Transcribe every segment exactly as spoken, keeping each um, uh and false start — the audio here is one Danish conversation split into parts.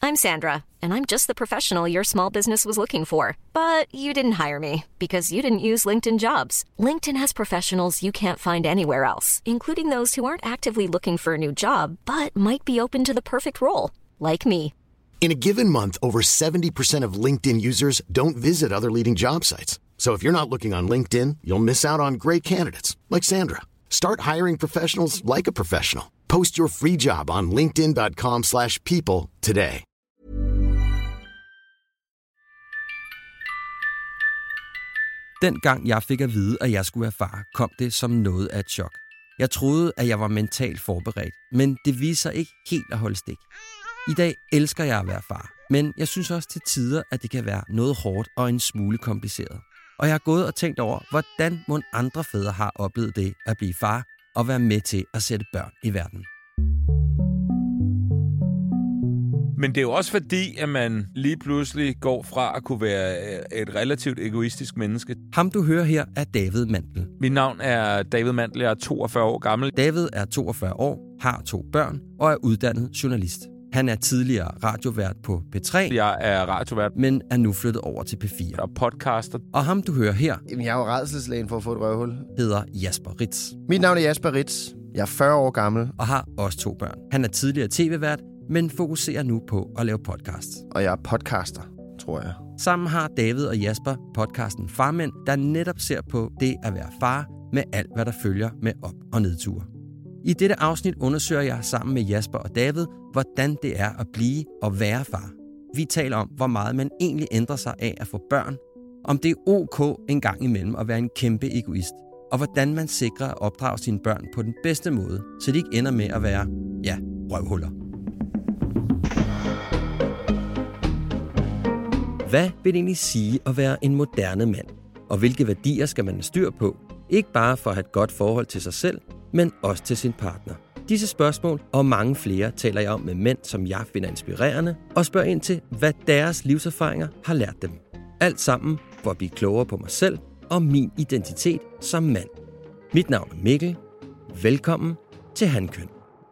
I'm Sandra, and I'm just the professional your small business was looking for. But you didn't hire me because you didn't use LinkedIn Jobs. LinkedIn has professionals you can't find anywhere else, including those who aren't actively looking for a new job, but might be open to the perfect role, like me. In a given month, over seventy percent of LinkedIn users don't visit other leading job sites. So if you're not looking on LinkedIn, you'll miss out on great candidates like Sandra. Start hiring professionals like a professional. Post your free job on linkedin dot com slash people today. Den gang jeg fik at vide, at jeg skulle være far, kom det som noget af et chok. Jeg troede, at jeg var mentalt forberedt, men det viste sig ikke helt at holde stik. I dag elsker jeg at være far, men jeg synes også til tider, at det kan være noget hårdt og en smule kompliceret. Og jeg har gået og tænkt over, hvordan mon andre fædre har oplevet det at blive far og være med til at sætte børn i verden. Men det er jo også fordi, at man lige pludselig går fra at kunne være et relativt egoistisk menneske. Ham du hører her er David Mandel. Mit navn er David Mandel, jeg er toogfyrre år gammel. David er toogfyrre år, har to børn og er uddannet journalist. Han er tidligere radiovært på P tre. Jeg er radiovært. Men er nu flyttet over til P fire. Og podcaster. Og ham du hører her... Jamen, jeg er jo rædselslægen for at få et røvhul. ...hedder Jasper Ritz. Mit navn er Jasper Ritz. Jeg er fyrre år gammel. Og har også to børn. Han er tidligere tv-vært, men fokuserer nu på at lave podcasts. Og jeg er podcaster, tror jeg. Sammen har David og Jasper podcasten Farmænd, der netop ser på det at være far med alt, hvad der følger med op- og nedture. I dette afsnit undersøger jeg sammen med Jasper og David, hvordan det er at blive og være far. Vi taler om, hvor meget man egentlig ændrer sig af at få børn, om det er ok en gang imellem at være en kæmpe egoist, og hvordan man sikrer at opdrage sine børn på den bedste måde, så de ikke ender med at være, ja, røvhuller. Hvad vil det egentlig sige at være en moderne mand? Og hvilke værdier skal man have styr på? Ikke bare for at have et godt forhold til sig selv, men også til sin partner. Disse spørgsmål og mange flere taler jeg om med mænd, som jeg finder inspirerende, og spørger ind til, hvad deres livserfaringer har lært dem. Alt sammen for at blive klogere på mig selv og min identitet som mand. Mit navn er Mikkel. Velkommen til Hankøn.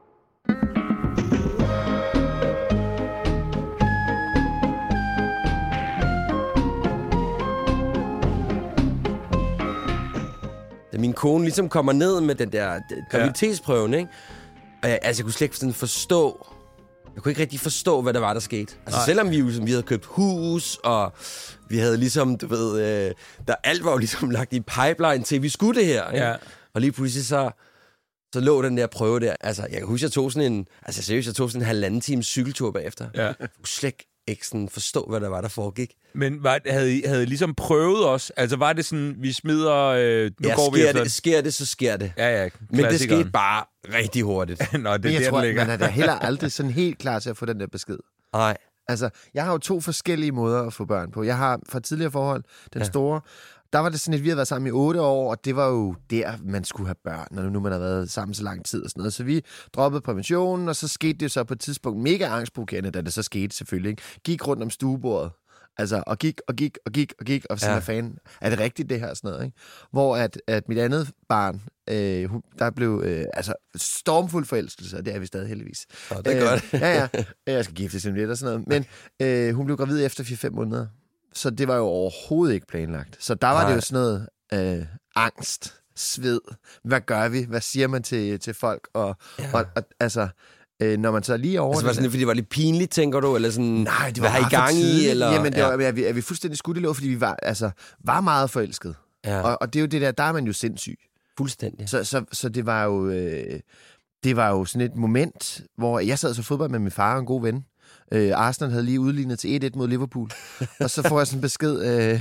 Da min kone ligesom kommer ned med den der graviditetsprøven, ikke? Og jeg, altså, jeg kunne slet ikke sådan forstå... Jeg kunne ikke rigtig forstå, hvad der var, der skete. Altså, Nej. selvom vi, vi havde købt hus, og vi havde ligesom, du ved... Øh, der, alt var jo ligesom lagt i pipeline til, vi skulle det her. Ikke? Ja. Og lige pludselig så, så lå den der prøve der. Altså, jeg kan huske, jeg tog sådan en... Altså, seriøst, jeg tog sådan en halvanden times cykeltur bagefter. Ja. Jeg kunne slet ikke sådan forstå, hvad der var, der foregik. Men var, havde, I, havde I ligesom prøvet os? Altså, var det sådan, vi smider... Øh, nu ja, går sker, vi efter... det, sker det, så sker det. Ja, ja. Men det skete bare rigtig hurtigt. Nå, det er Men jeg der, tror, den ligger. man er da heller aldrig sådan helt klar til at få den der besked. Nej. Altså, jeg har jo to forskellige måder at få børn på. Jeg har fra tidligere forhold, den ja. store... Der var det sådan, at vi havde været sammen i otte år, og det var jo der, man skulle have børn, når nu man har været sammen så lang tid og sådan noget. Så vi droppede præventionen, og så skete det så på et tidspunkt mega angstprovokerende, da det så skete selvfølgelig. Ikke? Gik rundt om stuebordet, altså, og gik og gik og gik og gik, og sådan, ja. fan, er det rigtigt det her sådan noget, ikke? Hvor at, at mit andet barn, øh, der blev øh, altså stormfuld forelskelse, og det er vi stadig heldigvis. Oh, det er øh, godt. ja, ja, jeg skal giftes lidt og sådan noget, men øh, hun blev gravid efter fire fem måneder. Så det var jo overhovedet ikke planlagt. Så der var Nej. det jo sådan noget øh, angst, sved. Hvad gør vi? Hvad siger man til, til folk? Og, ja. og, og altså, øh, når man så lige over... Altså var det sådan, fordi det var lidt pinligt, tænker du? Eller sådan, Nej, det var hvad har I gang i? Eller? Jamen, det ja. var, er, vi, er vi fuldstændig skudt i lov, fordi vi var, altså, var meget forelsket. Ja. Og, og det er jo det der, der er man jo sindssyg. Fuldstændig. Så, så, så det var jo... Øh, det var jo sådan et moment, hvor jeg sad så fodbold med min far og en god ven. Øh, Arsenal havde lige udlignet til et et mod Liverpool. Og så får jeg sådan en besked, øh,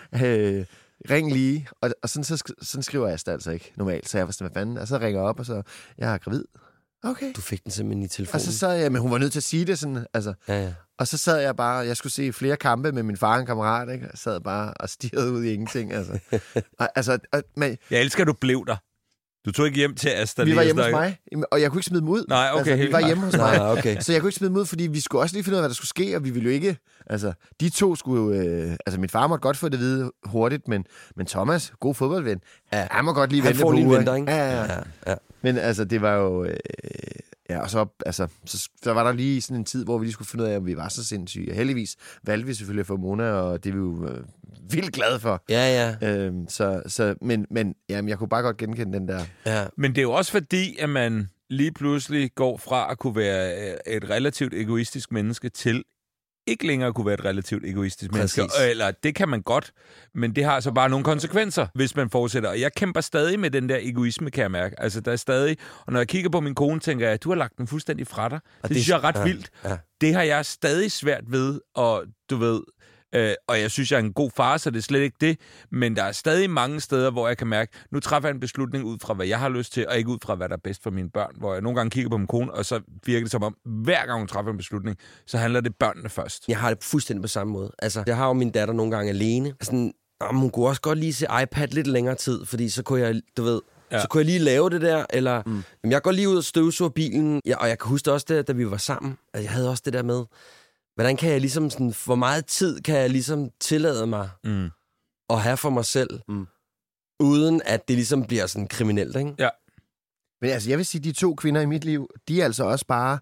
øh, ring lige. Og, og sådan, så, sådan skriver jeg det altså ikke normalt. Så jeg var sådan, hvad fanden? Og så ringer jeg op, og så, jeg er gravid. Okay. Du fik den simpelthen i telefonen. Og så sad jeg, men hun var nødt til at sige det sådan, altså. Ja, ja. Og så sad jeg bare, jeg skulle se flere kampe med min far og en kammerat, ikke? Jeg sad bare og stirrede ud i ingenting, altså. og, altså og, men, jeg elsker, at du blev der. Du tog ikke hjem til Asta. Vi var hjemme hos mig, og jeg kunne ikke smide dem ud. Nej, okay. Altså, vi var hjemme hos mig, Nej, okay. så jeg kunne ikke smide dem ud, fordi vi skulle også lige finde ud af, hvad der skulle ske, og vi ville jo ikke... Altså, de to skulle jo... Øh, altså, min far måtte godt få det at vide hurtigt, men, men Thomas, god fodboldven, ja, han må godt lige vente på uger. Venter, ikke? Ja, ja, ja. ja. Men altså, det var jo... Øh, Ja, og så, altså, så, så var der lige sådan en tid, hvor vi lige skulle finde ud af, om vi var så sindssyge. Og heldigvis valgte vi selvfølgelig at få Mona, og det er vi jo øh, vildt glade for. Ja, ja. Øhm, så, så, men men jamen, jeg kunne bare godt genkende den der. ja. Men det er jo også fordi, at man lige pludselig går fra at kunne være et relativt egoistisk menneske til ikke længere kunne være et relativt egoistisk Præcis. menneske. Eller det kan man godt, men det har så bare nogle konsekvenser, hvis man fortsætter. Og jeg kæmper stadig med den der egoisme, kan jeg mærke. Altså, der er stadig... Og når jeg kigger på min kone, tænker jeg, at du har lagt den fuldstændig fra dig. Det, det synes jeg er ret ja, vildt. Ja. Det har jeg stadig svært ved, og du ved... Øh, og jeg synes, jeg er en god far, så det er slet ikke det. Men der er stadig mange steder, hvor jeg kan mærke, nu træffer jeg en beslutning ud fra, hvad jeg har lyst til, og ikke ud fra, hvad der er bedst for mine børn. Hvor jeg nogle gange kigger på min kone, og så virker det som om, hver gang hun træffer en beslutning, så handler det børnene først. Jeg har det fuldstændig på samme måde. Altså, jeg har jo min datter nogle gange alene. Sådan, om hun kunne også godt lige se iPad lidt længere tid, fordi så kunne jeg, du ved... Ja. Så kunne jeg lige lave det der, eller mm. jamen, jeg går lige ud og støvsuger bilen. Ja, og jeg kan huske også det, da vi var sammen. Altså, jeg havde også det der med... Hvordan kan jeg ligesom sådan, hvor meget tid kan jeg ligesom tillade mig mm. at have for mig selv, mm. uden at det ligesom bliver sådan kriminelt, ikke? Ja. Men altså, jeg vil sige, de to kvinder i mit liv, de er altså også bare,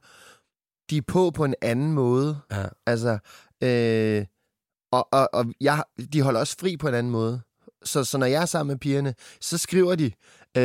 de er på på en anden måde. Ja. Altså, øh, og, og, og jeg, de holder også fri på en anden måde. Så, så når jeg er sammen med pigerne, så skriver de,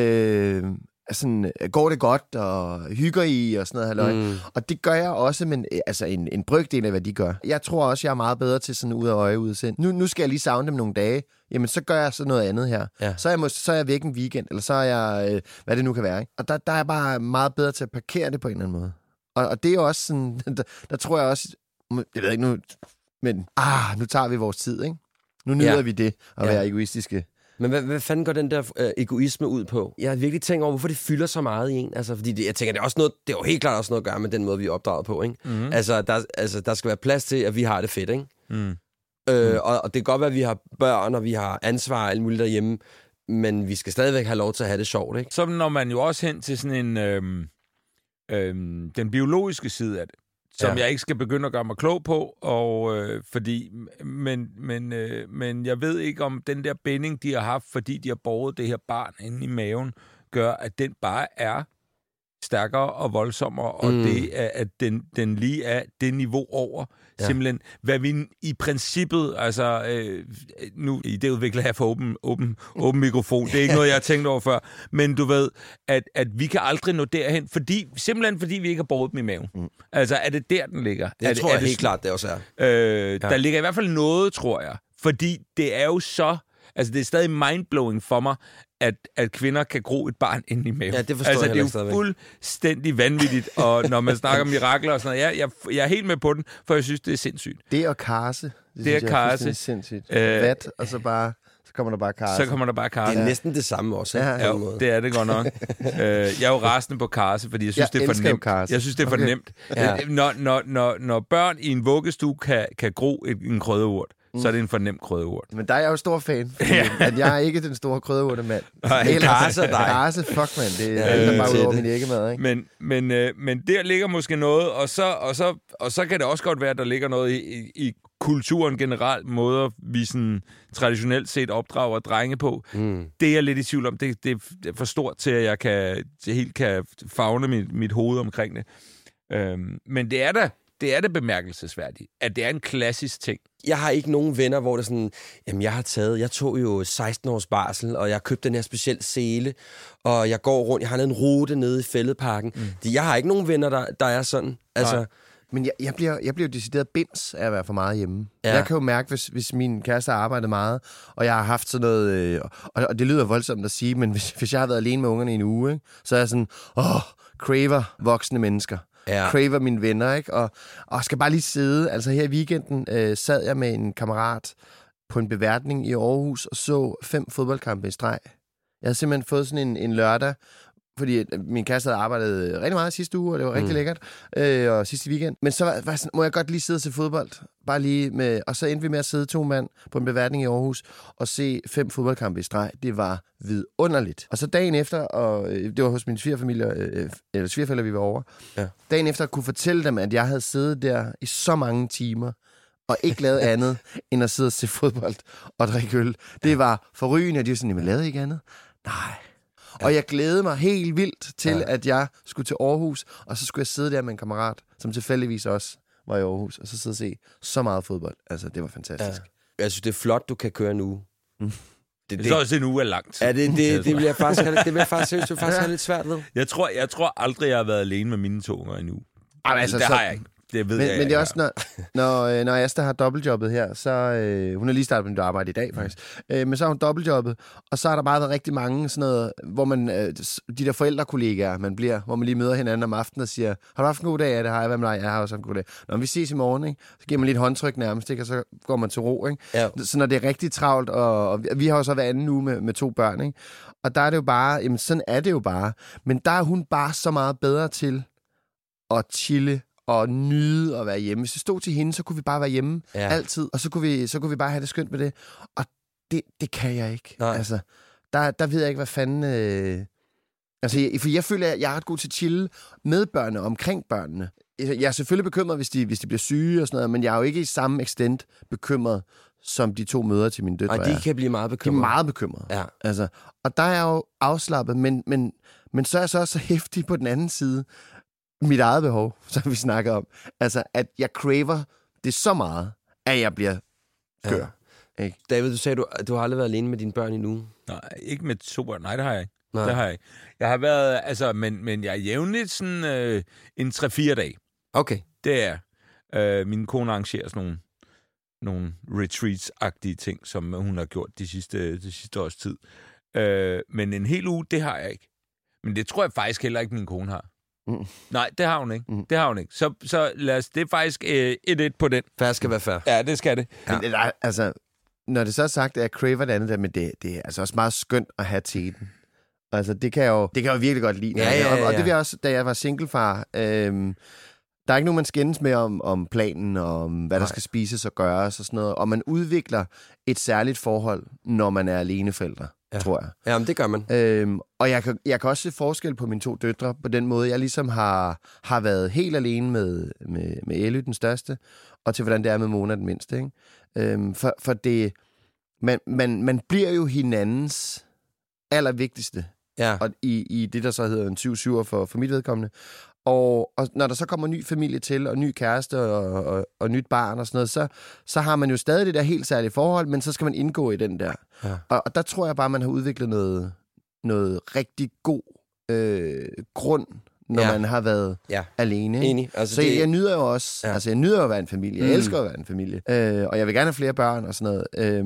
øh, sådan, går det godt, og hygger I, og sådan noget halløj. Mm. Og det gør jeg også, men altså en, en brøkdel af, hvad de gør. Jeg tror også, jeg er meget bedre til sådan ud af øje, ud af sind. Nu, nu skal jeg lige savne dem nogle dage. Jamen, så gør jeg så noget andet her. Ja. Så, er jeg måske, så er jeg væk en weekend, eller så er jeg, øh, hvad det nu kan være. Ikke? Og der, der er jeg bare meget bedre til at parkere det på en eller anden måde. Og, og det er jo også sådan, der, der tror jeg også, jeg ved ikke nu, men ah, nu tager vi vores tid, ikke? Nu nyder ja. vi det, at ja. være egoistiske. Men hvad, hvad fanden går den der øh, egoisme ud på? Jeg har virkelig tænkt over, hvorfor det fylder så meget i en. Altså, fordi det, jeg tænker, det er, også noget, det er jo helt klart også noget at gøre med den måde, vi er opdraget på, ikke? Mm. Altså, der, altså, der skal være plads til, at vi har det fedt, ikke? Mm. Øh, mm. og, og det kan godt være, at vi har børn, og vi har ansvar og alt muligt derhjemme, men vi skal stadigvæk have lov til at have det sjovt, ikke? Så når man jo også hen til sådan en... Øhm, øhm, den biologiske side af det, som ja. jeg ikke skal begynde at gøre mig klog på, og øh, fordi, men, men, øh, men jeg ved ikke, om den der binding, de har haft, fordi de har båret det her barn inde i maven, gør, at den bare er stærkere og voldsommere, og mm. det er, at den, den lige er det niveau over, ja. simpelthen, hvad vi i princippet, altså, øh, nu, det udvikler jeg for åben, åben, åben mikrofon, det er ikke noget, jeg har tænkt over før, men du ved, at, at vi kan aldrig nå derhen, fordi, simpelthen fordi vi ikke har båret dem i maven. Mm. Altså, er det der, den ligger? Det er tror det, jeg er det, helt klart, det også er. Øh, ja. Der ligger i hvert fald noget, tror jeg, fordi det er jo så, altså det er stadig mindblowing for mig, at, at kvinder kan gro et barn ind i maven. Ja, det forstår altså, jeg det er jo stadigvæk. fuldstændig vanvittigt, og når man snakker om mirakler og sådan noget, jeg, jeg, jeg er helt med på den, for jeg synes, det er sindssygt. Det er karse. Det, det er karse. Det er sindssygt. Øh, Vat, og så bare... Så kommer der bare karse. Så kommer der bare karse. Det er næsten det samme også. Ja, ja, jo, det er det godt nok. øh, jeg er jo rasende på karse, fordi jeg synes, jeg det er for nemt. Karse. Jeg synes, det er for okay. nemt. Ja. Når, når, når, når børn i en vuggestue kan, kan gro et, en krydderurt, mm. så er det en for nem krydderurt. Men der er jeg jo stor fan, ja. at jeg er ikke den store krydderurte-mand. Karse er dig. Karse, fuck man. Det er ja, bare ud over min æggemad, ikke? Men, men, øh, men der ligger måske noget, og så, og, så, og så kan det også godt være, at der ligger noget i, i, i kulturen generelt, måder vi sådan traditionelt set opdrager drenge på. Mm. Det er jeg lidt i tvivl om. Det, det er for stort til, at jeg kan, helt kan favne mit, mit hoved omkring det. Øhm, men det er da det er det bemærkelsesværdige, at det er en klassisk ting. Jeg har ikke nogen venner, hvor det sådan, jamen jeg har taget, jeg tog jo seksten års barsel, og jeg købte den her specielle sele, og jeg går rundt, jeg har lavet en rute nede i Fælledparken. Mm. Jeg har ikke nogen venner, der, der er sådan. Altså, Nej. Men jeg, jeg, bliver, jeg bliver jo decideret bims af at være for meget hjemme. Ja. Jeg kan jo mærke, hvis, hvis min kæreste har arbejdet meget, og jeg har haft sådan noget... Øh, og, og det lyder voldsomt at sige, men hvis, hvis jeg har været alene med ungerne i en uge, ikke, så er jeg sådan, åh, craver voksne mennesker. Ja. Craver mine venner, ikke? Og, og skal bare lige sidde. Altså her i weekenden øh, sad jeg med en kammerat på en beværtning i Aarhus og så fem fodboldkampe i streg. Jeg havde simpelthen fået sådan en, en lørdag, fordi min kæreste havde arbejdet rigtig meget sidste uge, og det var rigtig mm. lækkert, øh, og sidste weekend. Men så var, var sådan, må jeg godt lige sidde og se fodbold, bare lige med, og så endte vi med at sidde to mand på en beværtning i Aarhus og se fem fodboldkampe i streg. Det var vidunderligt. Og så dagen efter, og øh, det var hos min svigerfamilie, øh, eller svigerfæller, vi var over, ja. Dagen efter kunne fortælle dem, at jeg havde siddet der i så mange timer, og ikke lavet andet, end at sidde og se fodbold og drikke øl. Det var forrygende, og de var sådan, jamen lavede I ikke andet? Nej. Ja. Og jeg glædede mig helt vildt til, ja. at jeg skulle til Aarhus, og så skulle jeg sidde der med en kammerat, som tilfældigvis også var i Aarhus, og så sidde og se så meget fodbold. Altså, det var fantastisk. Ja. Jeg synes, det er flot, du kan køre nu. Mm. Det, det, det er også en uge er langt. Ja, det, det, det vil jeg faktisk have, det vil jeg faktisk, det vil faktisk have lidt svært ved. Jeg tror, jeg tror aldrig, jeg har været alene med mine to unger endnu. Ej, altså, det så, har jeg ikke. Det ved men, jeg, men det er også, når, når, når Asta har dobbeltjobbet her, så... Øh, hun har lige startet på nyt arbejde i dag, faktisk. Mm. Øh, men så har hun dobbeltjobbet, og så har der bare været rigtig mange sådan noget, hvor man... Øh, de der forældrekollegaer, man bliver, hvor man lige møder hinanden om aftenen og siger, har du haft en god dag? Ja, det har jeg. Hvad med dig? Jeg har også en god dag. Når vi ses i morgen, ikke? Så giver man lige et håndtryk nærmest, ikke? Og så går man til ro, ikke? Ja. Så når det er rigtig travlt, og, og vi har jo så været anden uge med, med to børn, ikke? Og der er det jo bare... Jamen, sådan er det jo bare. Men der er hun bare så meget bedre til at chille og nyde at være hjemme. Hvis det stod til hende, så kunne vi bare være hjemme ja. altid, og så kunne, vi, så kunne vi bare have det skønt med det. Og det, det kan jeg ikke. Nej. Altså, der, der ved jeg ikke, hvad fanden... Øh... Altså, jeg, for jeg føler, at jeg er ret god til at chille med børnene, omkring børnene. Jeg er selvfølgelig bekymret, hvis de, hvis de bliver syge og sådan noget, men jeg er jo ikke i samme extent bekymret, som de to mødre til mine døtre. Og de kan blive meget bekymrede. De er meget bekymrede. Ja. Altså, og der er jeg jo afslappet, men, men, men så er jeg så også så hæftig på den anden side, mit eget behov, som vi snakker om. Altså, at jeg craver det så meget, at jeg bliver skør. Ja. Ikke? David, du sagde, du, du har aldrig været alene med dine børn endnu. Nej, ikke med to børn. Nej, det har jeg ikke. Nej. Det har jeg ikke. Jeg har været, altså, men, men jeg er jævnligt sådan øh, en tre-fire dage. Okay. Det er. Øh, min kone arrangerer sådan nogle, nogle retreats-agtige ting, som hun har gjort de sidste, de sidste års tid. Øh, men en hel uge, det har jeg ikke. Men det tror jeg faktisk heller ikke, min kone har. Mm. Nej, det har hun ikke. Mm. Det har hun ikke. Så, så lad os, det er faktisk øh, et-et på den. Fair skal være fair. Ja, det skal det. Ja. Men, altså, når det så er sagt, at jeg craver det andet der, men det, det er altså også meget skønt at have teten. Altså, det kan jeg jo, det kan jeg jo virkelig godt lide. Ja, ja, ja, ja. Og, og det vil jeg også, da jeg var singlefar, øhm, der er ikke nogen, man skændes med om, om planen, og om hvad Nej. der skal spises og gøres og sådan noget. Og man udvikler et særligt forhold, når man er aleneforældre. Ja. Tror jeg. Ja, men det gør man. Øhm, og jeg kan, jeg kan også se forskel på mine to døtre, på den måde, jeg ligesom har, har været helt alene med, med, med Elly, den største, og til hvordan det er med Mona, den mindste. Ikke? Øhm, for, for det, man, man, man bliver jo hinandens allervigtigste, ja. og i, i det, der så hedder en syv syv for, for mit vedkommende. Og, og når der så kommer ny familie til, og ny kæreste, og, og, og nyt barn og sådan noget, så, så har man jo stadig det der helt særlige forhold, men så skal man indgå i den der. Ja. Og, og der tror jeg bare, man har udviklet noget, noget rigtig god øh, grund, når ja. man har været ja. alene. Enig. Altså, så det... jeg, jeg nyder jo også, ja. altså jeg nyder jo at være en familie. Jeg mm. elsker at være en familie. Øh, og jeg vil gerne have flere børn og sådan noget. Øh,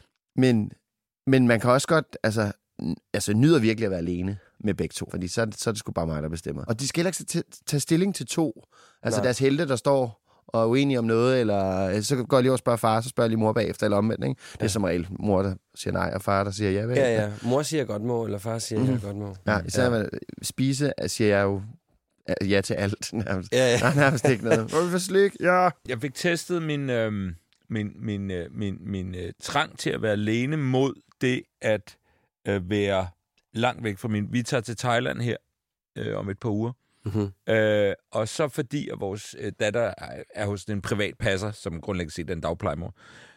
men, men man kan også godt, altså, altså jeg nyder virkelig at være alene med begge to, fordi så, så er det sgu bare mig, der bestemmer. Og de skal heller ikke t- tage stilling til to. Altså Nej. deres helte, der står og er uenige om noget, eller så går jeg lige over og spørger far, så spørger jeg lige mor bagefter, eller omvendt, ikke? Det er ja. som regel mor, der siger nej, og far, der siger ja. Ja, ja. Mor siger godt må, eller far siger mm-hmm. ja godt må. Ja, især ja. spise, siger jeg jo ja til alt, nærmest. Ja, ja. Der er nærmest ikke noget. Hvor vil vi slik? Ja. Jeg fik testet min, øh, min, min, øh, min, min øh, trang til at være alene mod det at øh, være langt væk fra min... Vi tager til Thailand her øh, om et par uger. Mm-hmm. Øh, og så fordi at vores øh, datter er, er hos en privat passer, som grundlæggende set er en dagplejemor.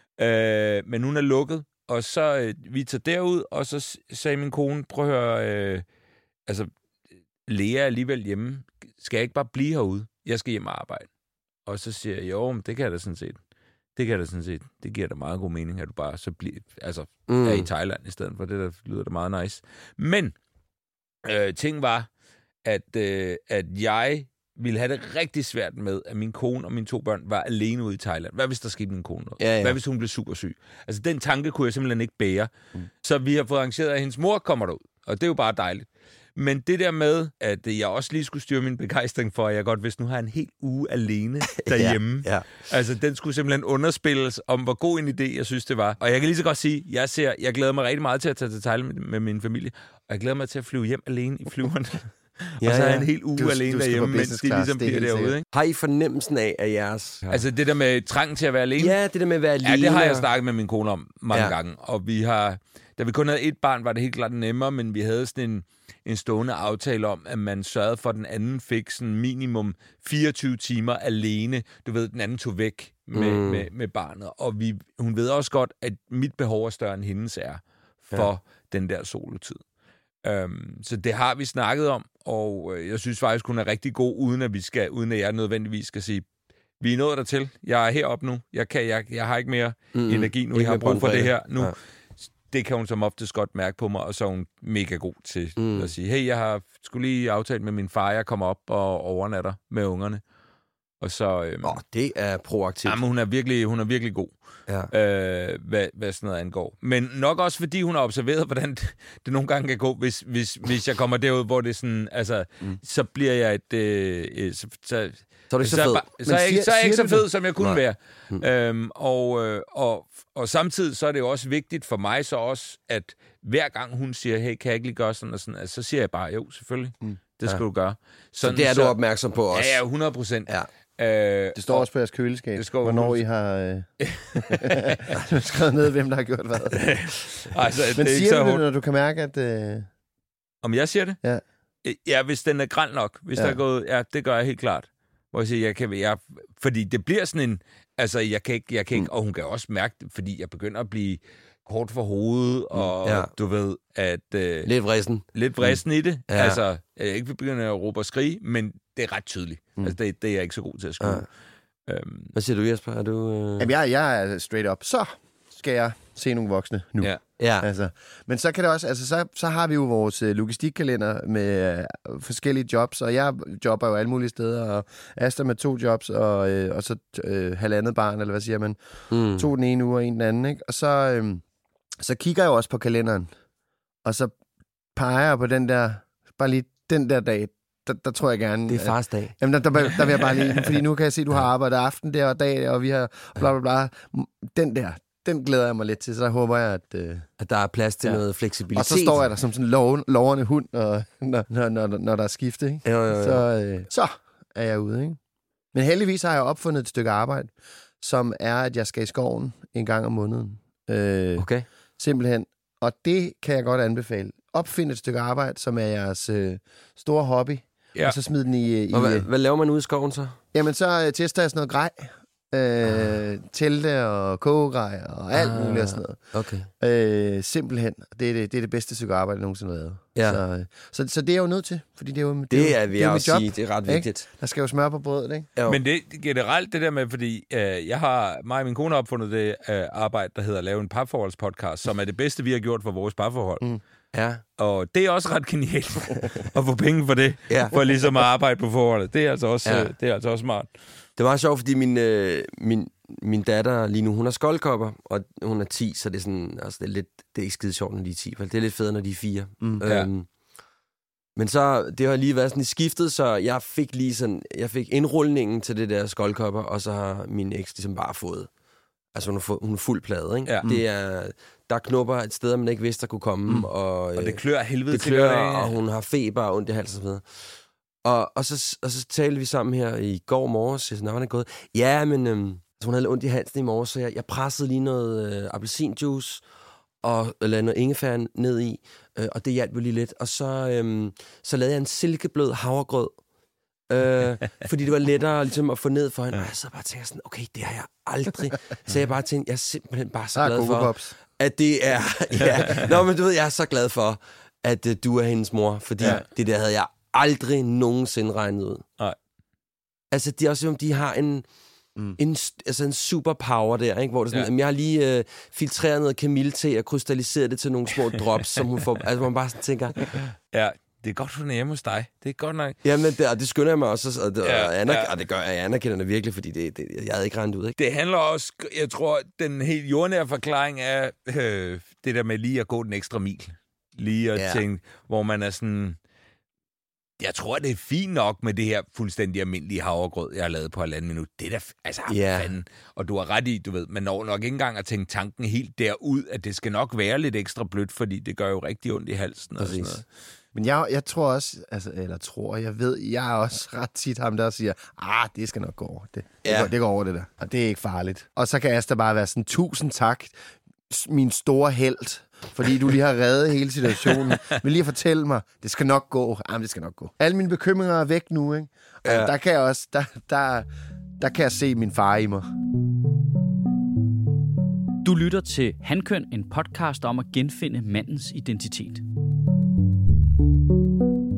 Øh, men hun er lukket, og så øh, vi tager derud, og så sagde min kone, prøv at høre, øh, altså, Lea er alligevel hjemme. Skal jeg ikke bare blive herude? Jeg skal hjem og arbejde. Og så siger jeg, jo, men det kan jeg da sådan set. Det kan jeg da sådan set. Det giver da meget god mening, at du bare så bliver, altså, mm. er i Thailand i stedet for. Det der lyder da meget nice. Men øh, ting var, at, øh, at jeg ville have det rigtig svært med, at min kone og mine to børn var alene ude i Thailand. Hvad hvis der skete min kone noget? Ja, ja. Hvad hvis hun blev super syg? Altså, den tanke kunne jeg simpelthen ikke bære. Mm. Så vi har fået arrangeret, at hendes mor kommer derud. Og det er jo bare dejligt. Men det der med, at jeg også lige skulle styre min begejstring for, at jeg godt vidste, nu har jeg en hel uge alene derhjemme. ja, ja. Altså, den skulle simpelthen underspilles om, hvor god en idé, jeg synes, det var. Og jeg kan lige så godt sige, jeg ser, jeg glæder mig rigtig meget til at tage til Thailand med, med min familie. Og jeg glæder mig til at flyve hjem alene i flyveren. Ja, og så har jeg en hel uge du, alene du derhjemme, mens de ligesom bliver derude. Ikke? Har I fornemmelsen af, at jeres... Ja. Altså det der med trangen til at være alene? Ja, det der med at være alene. Ja, det har jeg snakket med min kone om mange ja. gange. Og vi har... Da vi kun havde et barn, var det helt klart nemmere, men vi havde sådan en, en stående aftale om, at man sørgede for, at den anden fik sådan minimum fireogtyve timer alene. Du ved, den anden tog væk med, mm. med, med barnet. Og vi, hun ved også godt, at mit behov er større end hendes er for ja. den der solotid. Øhm, så det har vi snakket om, og øh, jeg synes faktisk, hun er rigtig god, uden at, vi skal, uden at jeg nødvendigvis skal sige, vi er nået dertil, jeg er heroppe nu, jeg, kan, jeg, jeg har ikke mere mm, energi nu, jeg har brug for det her nu. Ja. Det kan hun som oftest godt mærke på mig, og så er hun mega god til mm. at sige, hey, jeg har skulle lige aftalt med min far, jeg kommer op og overnatter med ungerne. Og så... Øhm, oh, det er proaktivt. Jamen, hun er virkelig, hun er virkelig god, ja. øh, hvad, hvad sådan noget angår. Men nok også, fordi hun har observeret, hvordan det, det nogle gange kan gå, hvis, hvis, hvis jeg kommer derud, hvor det er sådan, altså, mm. så bliver jeg et... Øh, så, så, så er du ikke så, så fed. Så, så, er jeg, så er jeg ikke så fed, som jeg kunne Nej. være. Mm. Øhm, og, øh, og, og samtidig så er det jo også vigtigt for mig så også, at hver gang hun siger, hey, kan jeg ikke lige gøre sådan og sådan, altså, så siger jeg bare, jo, selvfølgelig, mm. det skal ja. du gøre. Sådan, så det er så, du opmærksom på også? Ja, ja, hundrede procent. Ja. Øh, det står og, også på jeres køleskab, det skal hvornår I har øh, skrevet ned, hvem der har gjort hvad. altså, Men det siger du det, når du kan mærke, at... Øh... Om jeg siger det? Ja. Ja, hvis den er græn nok. Hvis ja. der er gået... Ja, det gør jeg helt klart. Hvor jeg siger, jeg kan... Jeg, fordi det bliver sådan en... Altså, jeg kan ikke... Jeg kan ikke mm. Og hun kan også mærke det, fordi jeg begynder at blive kort for hovedet, og ja. du ved, at... Øh, lidt vristen. Lidt vristen mm. i det. Ja. Altså, jeg er ikke begyndt at råbe og skrige, men det er ret tydeligt. Mm. Altså, det, det er jeg ikke så god til at skrive. Ja. Øhm. Hvad siger du, Jesper? Er du... Øh... Jamen, jeg, jeg er straight up. Så skal jeg se nogle voksne nu. Ja. Ja. Altså, men så kan det også... Altså, så, så har vi jo vores øh, logistikkalender med øh, forskellige jobs, og jeg jobber jo alle mulige steder, og Asta med to jobs, og, øh, og så øh, halvandet barn, eller hvad siger man? Mm. To den ene uge, og en den anden, ikke? Og så... Øh, Så kigger jeg jo også på kalenderen, og så peger jeg på den der, bare lige den der dag, der, der tror jeg gerne... Det er fars dag. Jamen, der, der, der vil jeg bare lige... Fordi nu kan jeg se, at du har arbejdet aften der og dag, og vi har bla bla bla. Den der, den glæder jeg mig lidt til, så der håber jeg, at... Øh, at der er plads til ja. noget fleksibilitet. Og så står jeg der som sådan en lov, lovende hund, og, når, når, når, når der er skifte, ikke? Jo, jo, jo. Så, øh, så er jeg ude, ikke? Men heldigvis har jeg opfundet et stykke arbejde, som er, at jeg skal i skoven en gang om måneden. Øh, okay. Simpelthen. Og det kan jeg godt anbefale. Opfind et stykke arbejde, som er jeres øh, store hobby, ja. og så smid den i... i og hvad, hvad laver man ude i skoven så? Jamen, så øh, tester jeg sådan noget grej. Øh, ah. Telte og kogegrej og alt ah, muligt og sådan noget. Okay. Øh, simpelthen. Det er det, det er det bedste stykke arbejde, jeg nogensinde har lavet. Ja. Så, så, så det er jeg jo nødt til, fordi det er jo, det det er, er, det er jo mit job. Sige, det er ret vigtigt. Ikke? Der skal jo smør på brødet, ikke? Jo. Men det generelt det der med, fordi øh, jeg har, mig og min kone har opfundet det øh, arbejde, der hedder at lave en parforholdspodcast, som er det bedste, vi har gjort for vores parforhold. Mm. Ja. Og det er også ret genialt at få penge for det, ja. for ligesom at arbejde på forholdet. Det er altså også, ja. øh, det er altså også smart. Det var sjovt, fordi min, øh, min, min datter lige nu, hun har skoldkopper, og hun er ti, så det er sådan, altså det er lidt, det er ikke skide sjovt, når de er ti, det er lidt federe, når de er fire. Mm. Øhm, ja. Men så, det har lige været sådan i skiftet, så jeg fik lige sådan, jeg fik indrulningen til det der skoldkopper, og så har min eks ligesom bare fået, altså hun har, fået, hun er fuld plade, ikke? Ja. Det er, der knupper et sted, man ikke vidste, der kunne komme, mm. og, og det klør helvede det klør, og hun har feber og ondt i halsen og så videre. Og, og, så, og så talte vi sammen her i går morges, jeg sådan, hvordan er det gået? Ja, men øhm, hun havde lidt ondt i halsen i morges, så jeg, jeg pressede lige noget øh, appelsinjuice, og lagde noget ingefær ned i, øh, og det hjalp jo lige lidt. Og så, øhm, så lavede jeg en silkeblød havregrød, øh, fordi det var lettere ligesom, at få ned for hende. Og jeg så bare tænkte sådan, okay, det har jeg aldrig. Så jeg bare tænkte, jeg er simpelthen bare så glad for, at det er... Ja, nå, men du ved, jeg er så glad for, at øh, du er hendes mor, fordi ja. det der havde jeg aldrig nogensinde regnet ud. Nej. Altså, det er også, om de har en... Mm. En, altså en superpower der, ikke? Hvor det sådan, ja. jeg har lige øh, filtreret noget kamille og krystalliseret det til nogle små drops, som hun får, altså man bare sådan tænker... Ja, det er godt, hun er hjemme hos dig. Det er godt nok. Jamen, det, og det skynder jeg mig også, og det, ja, og anerk- ja. og det gør jeg anerkender det virkelig, fordi det, det, jeg havde ikke regnet ud, ikke? Det handler også, jeg tror, den helt jordnære forklaring er øh, det der med lige at gå den ekstra mil. Lige at ja. tænke, hvor man er sådan... Jeg tror, det er fint nok med det her fuldstændig almindelige havregrød, jeg har lavet på halvanden minut. Det er da, altså, yeah. fanden. Og du har ret i, du ved, man når nok ikke engang at tænke tanken helt derud, at det skal nok være lidt ekstra blødt, fordi det gør jo rigtig ondt i halsen og sådan noget. Men jeg, jeg tror også, altså, eller tror, jeg ved, jeg er også ret tit ham, der siger, ah, det skal nok gå over. Det, det, ja. går, det går over det der, og det er ikke farligt. Og så kan Asta bare være sådan, tusind tak, min store helt, fordi du lige har reddet hele situationen. Vil lige fortælle mig, det skal nok gå. Jamen, det skal nok gå. Alle mine bekymringer er væk nu, ikke? Og ja. der kan jeg også, der, der, der kan jeg se min far i mig. Du lytter til Hankøn, en podcast om at genfinde mandens identitet.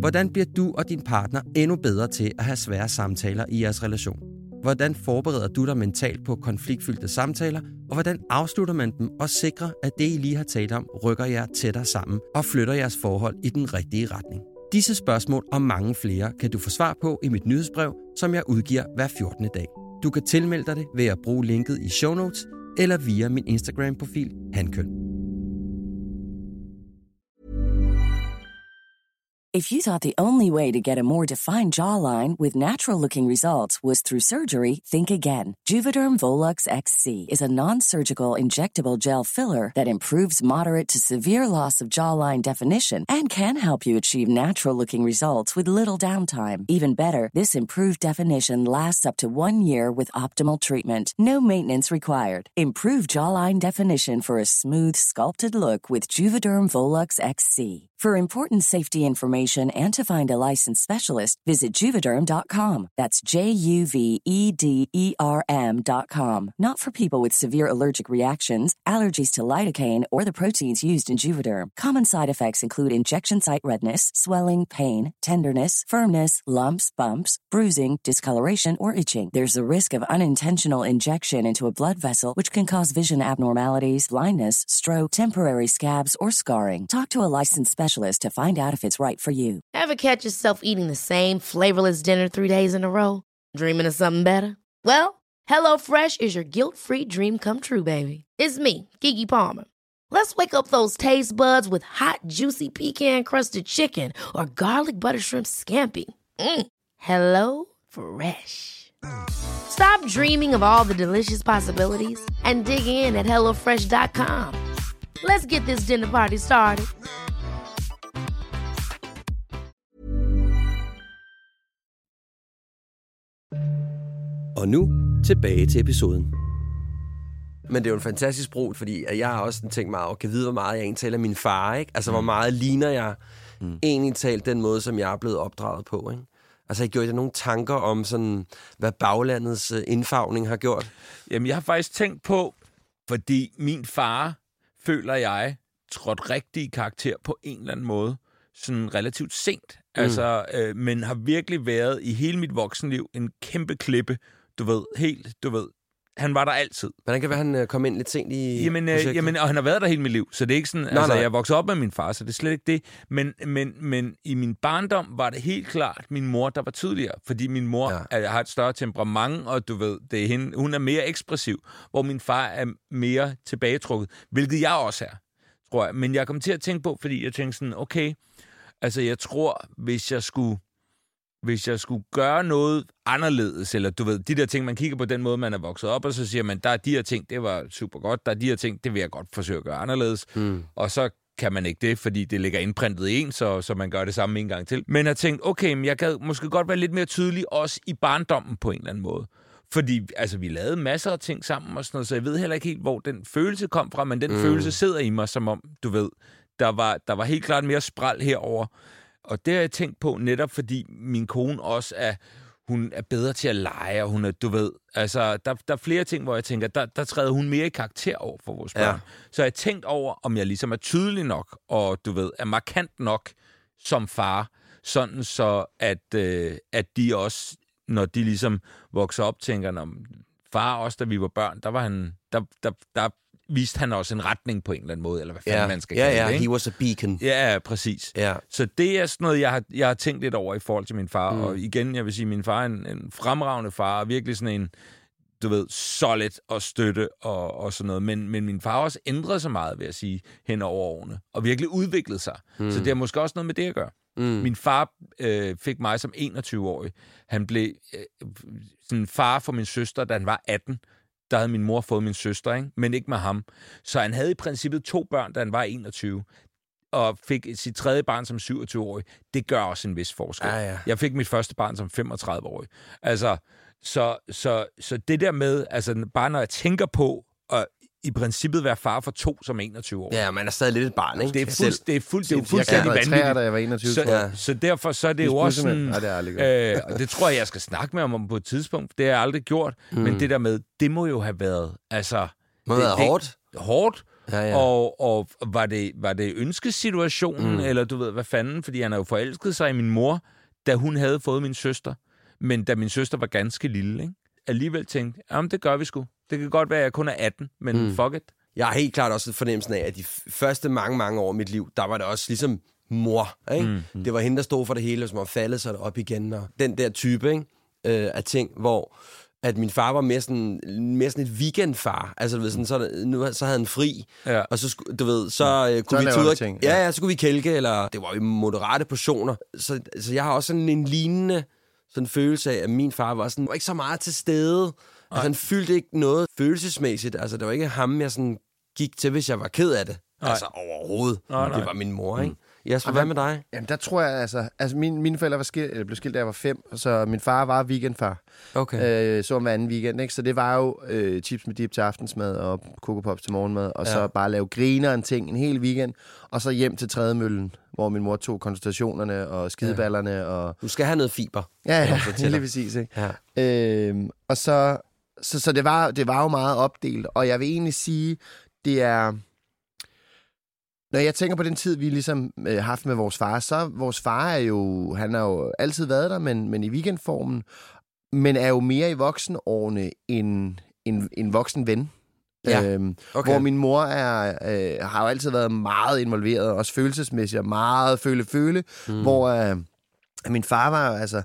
Hvordan bliver du og din partner endnu bedre til at have svære samtaler i jeres relation? Hvordan forbereder du dig mentalt på konfliktfyldte samtaler, og hvordan afslutter man dem og sikrer, at det, I lige har talt om, rykker jer tættere sammen og flytter jeres forhold i den rigtige retning? Disse spørgsmål og mange flere kan du få svar på i mit nyhedsbrev, som jeg udgiver hver fjortende dag. Du kan tilmelde dig det ved at bruge linket i show notes eller via min Instagram-profil Hankøn. If you thought the only way to get a more defined jawline with natural-looking results was through surgery, think again. Juvederm Volux X C is a non-surgical injectable gel filler that improves moderate to severe loss of jawline definition and can help you achieve natural-looking results with little downtime. Even better, this improved definition lasts up to one year with optimal treatment. No maintenance required. Improve jawline definition for a smooth, sculpted look with Juvederm Volux X C. For important safety information and to find a licensed specialist, visit Juvederm dot com. That's J U V E D E R M dot com. Not for people with severe allergic reactions, allergies to lidocaine, or the proteins used in Juvederm. Common side effects include injection site redness, swelling, pain, tenderness, firmness, lumps, bumps, bruising, discoloration, or itching. There's a risk of unintentional injection into a blood vessel, which can cause vision abnormalities, blindness, stroke, temporary scabs, or scarring. Talk to a licensed specialist to find out if it's right for you. Ever catch yourself eating the same flavorless dinner three days in a row? Dreaming of something better? Well, HelloFresh is your guilt-free dream come true, baby. It's me, Keke Palmer. Let's wake up those taste buds with hot, juicy pecan-crusted chicken or garlic butter shrimp scampi. Mm. Hello Fresh. Stop dreaming of all the delicious possibilities and dig in at hello fresh dot com. Let's get this dinner party started. Og nu tilbage til episoden. Men det er jo en fantastisk brug, fordi jeg har også tænkt mig, at kan vide, hvor meget jeg egentlig taler min far, ikke? Altså, mm. hvor meget ligner jeg mm. egentlig talt den måde, som jeg er blevet opdraget på, ikke? Altså, jeg gjorde jeg nogle tanker om sådan, hvad baglandets indfavning har gjort? Jamen, jeg har faktisk tænkt på, fordi min far, føler jeg, trådte rigtig karakter på en eller anden måde, sådan relativt sent. Mm. Altså, øh, men har virkelig været i hele mit voksenliv en kæmpe klippe, du ved, helt, du ved, han var der altid. Hvordan kan det være, han kom ind lidt sent i jamen, øh, jamen, og han har været der hele mit liv, så det er ikke sådan, nej, altså, nej. Jeg er vokset op med min far, så det er slet ikke det. Men, men, men i min barndom var det helt klart min mor, der var tydeligere, fordi min mor ja. har et større temperament, og du ved, det er hende, hun er mere ekspressiv, hvor min far er mere tilbagetrukket, hvilket jeg også er, tror jeg. Men jeg kom til at tænke på, fordi jeg tænkte sådan, okay, altså jeg tror, hvis jeg skulle hvis jeg skulle gøre noget anderledes, eller du ved, de der ting, man kigger på den måde, man er vokset op, og så siger man, der er de her ting, det var super godt, der er de her ting, det vil jeg godt forsøge at gøre anderledes, mm. og så kan man ikke det, fordi det ligger indprintet i en, så, så man gør det samme en gang til. Men jeg tænkte, okay, men jeg kan måske godt være lidt mere tydelig, også i barndommen på en eller anden måde. Fordi altså, vi lavede masser af ting sammen og sådan noget, så jeg ved heller ikke helt, hvor den følelse kom fra, men den mm. følelse sidder i mig, som om, du ved, der var, der var helt klart mere spræl herover. Og det har jeg tænkt på netop, fordi min kone også er, hun er bedre til at lege, og hun er, du ved, altså, der, der er flere ting, hvor jeg tænker, der, der træder hun mere i karakter over for vores børn. Ja. Så jeg har tænkt over, om jeg ligesom er tydelig nok, og du ved, er markant nok som far, sådan så, at, øh, at de også, når de ligesom vokser op, tænker, om far også, da vi var børn, der var han, der, der, der viste han også en retning på en eller anden måde, eller hvad fanden ja. man skal ja, kalde ja. det, ikke? He was a beacon. Ja, præcis. Ja. Så det er sådan noget, jeg har, jeg har tænkt lidt over i forhold til min far. Mm. Og igen, jeg vil sige, min far er en, en fremragende far, og virkelig sådan en, du ved, solid og støtte og, og sådan noget. Men, men min far har også ændret sig meget, vil jeg sige, hen over årene, og virkelig udviklet sig. Mm. Så det har måske også noget med det at gøre. Mm. Min far øh, fik mig som enogtyve-årig. Han blev øh, sådan far for min søster, da han var atten. Der havde min mor fået min søster, ikke? Men ikke med ham. Så han havde i princippet to børn, da han var enogtyve, og fik sit tredje barn som syvogtyve-årig. Det gør også en vis forskel. Ah, ja. Jeg fik mit første barn som femogtredive-årig. Altså, så, så, så det der med, altså bare når jeg tænker på at i princippet være far for to som enogtyve-årig. Ja, man er stadig lidt et barn, ikke? Det er, fuld, det er, fuld, det er jo fuldstændig vanvittigt. Jeg var tre, da jeg var enogtyve. Så, ja. så derfor så er det jo også sådan... Nej, det er aldrig øh, og det tror jeg, jeg skal snakke med ham om på et tidspunkt. Det har jeg aldrig gjort. Mm. Men det der med, det må jo have været... Altså, må det, have været det, hårdt. Hårdt. Ja, ja. Og, og var det, var det ønskesituationen, mm. eller du ved, hvad fanden? Fordi han har jo forelsket sig i min mor, da hun havde fået min søster. Men da min søster var ganske lille, ikke? Alligevel tænkte, jamen det gør vi sgu. Det kan godt være, at jeg kun er atten, men mm. fuck it. Jeg har helt klart også fornemmelsen af, at de første mange, mange år i mit liv, der var det også ligesom mor, ikke? Mm. Mm. Det var hende, der stod for det hele, som var faldet sig op igen. Og den der type, ikke? Øh, af ting, hvor at min far var mere sådan, mere sådan et weekendfar. Altså, du ved, sådan, så, nu, så havde han fri, ja. og så, du ved, så øh, kunne så vi tage ting, ja. ja, ja, så kunne vi kælke, eller det var jo moderate portioner. Så, så jeg har også sådan en lignende sådan følelse af, at min far var sådan, var ikke så meget til stede. Altså, han fyldte ikke noget følelsesmæssigt. Altså, det var ikke ham, jeg sådan gik til, hvis jeg var ked af det. Nej. Altså, overhovedet. Nej, nej. Det var min mor, ikke? Jasper, mm. hvad med dig? Jamen, der tror jeg, altså... Altså, mine, mine forældre var skilt, eller blev skilt, da jeg var fem, så min far var weekendfar. Okay. Øh, så om hver anden weekend, ikke? Så det var jo øh, chips med dip til aftensmad og Coco Pops til morgenmad, og ja. så bare lave griner en ting en hel weekend, og så hjem til trædemøllen, hvor min mor tog konsultationerne og skideballerne. Ja. Og... Du skal have noget fiber. Ja, ja, lige præcis, ikke? Ja. Øh, og så... Så, så det, var, det var jo meget opdelt, og jeg vil egentlig sige, det er... Når jeg tænker på den tid, vi ligesom øh, har haft med vores far, så vores far er jo... Han har jo altid været der, men, men i weekendformen, men er jo mere i voksenårene end en, en voksen ven. Ja. Øhm, okay. Hvor min mor er, øh, har jo altid været meget involveret, også følelsesmæssigt, og meget føle-føle, mm. hvor øh, min far var altså...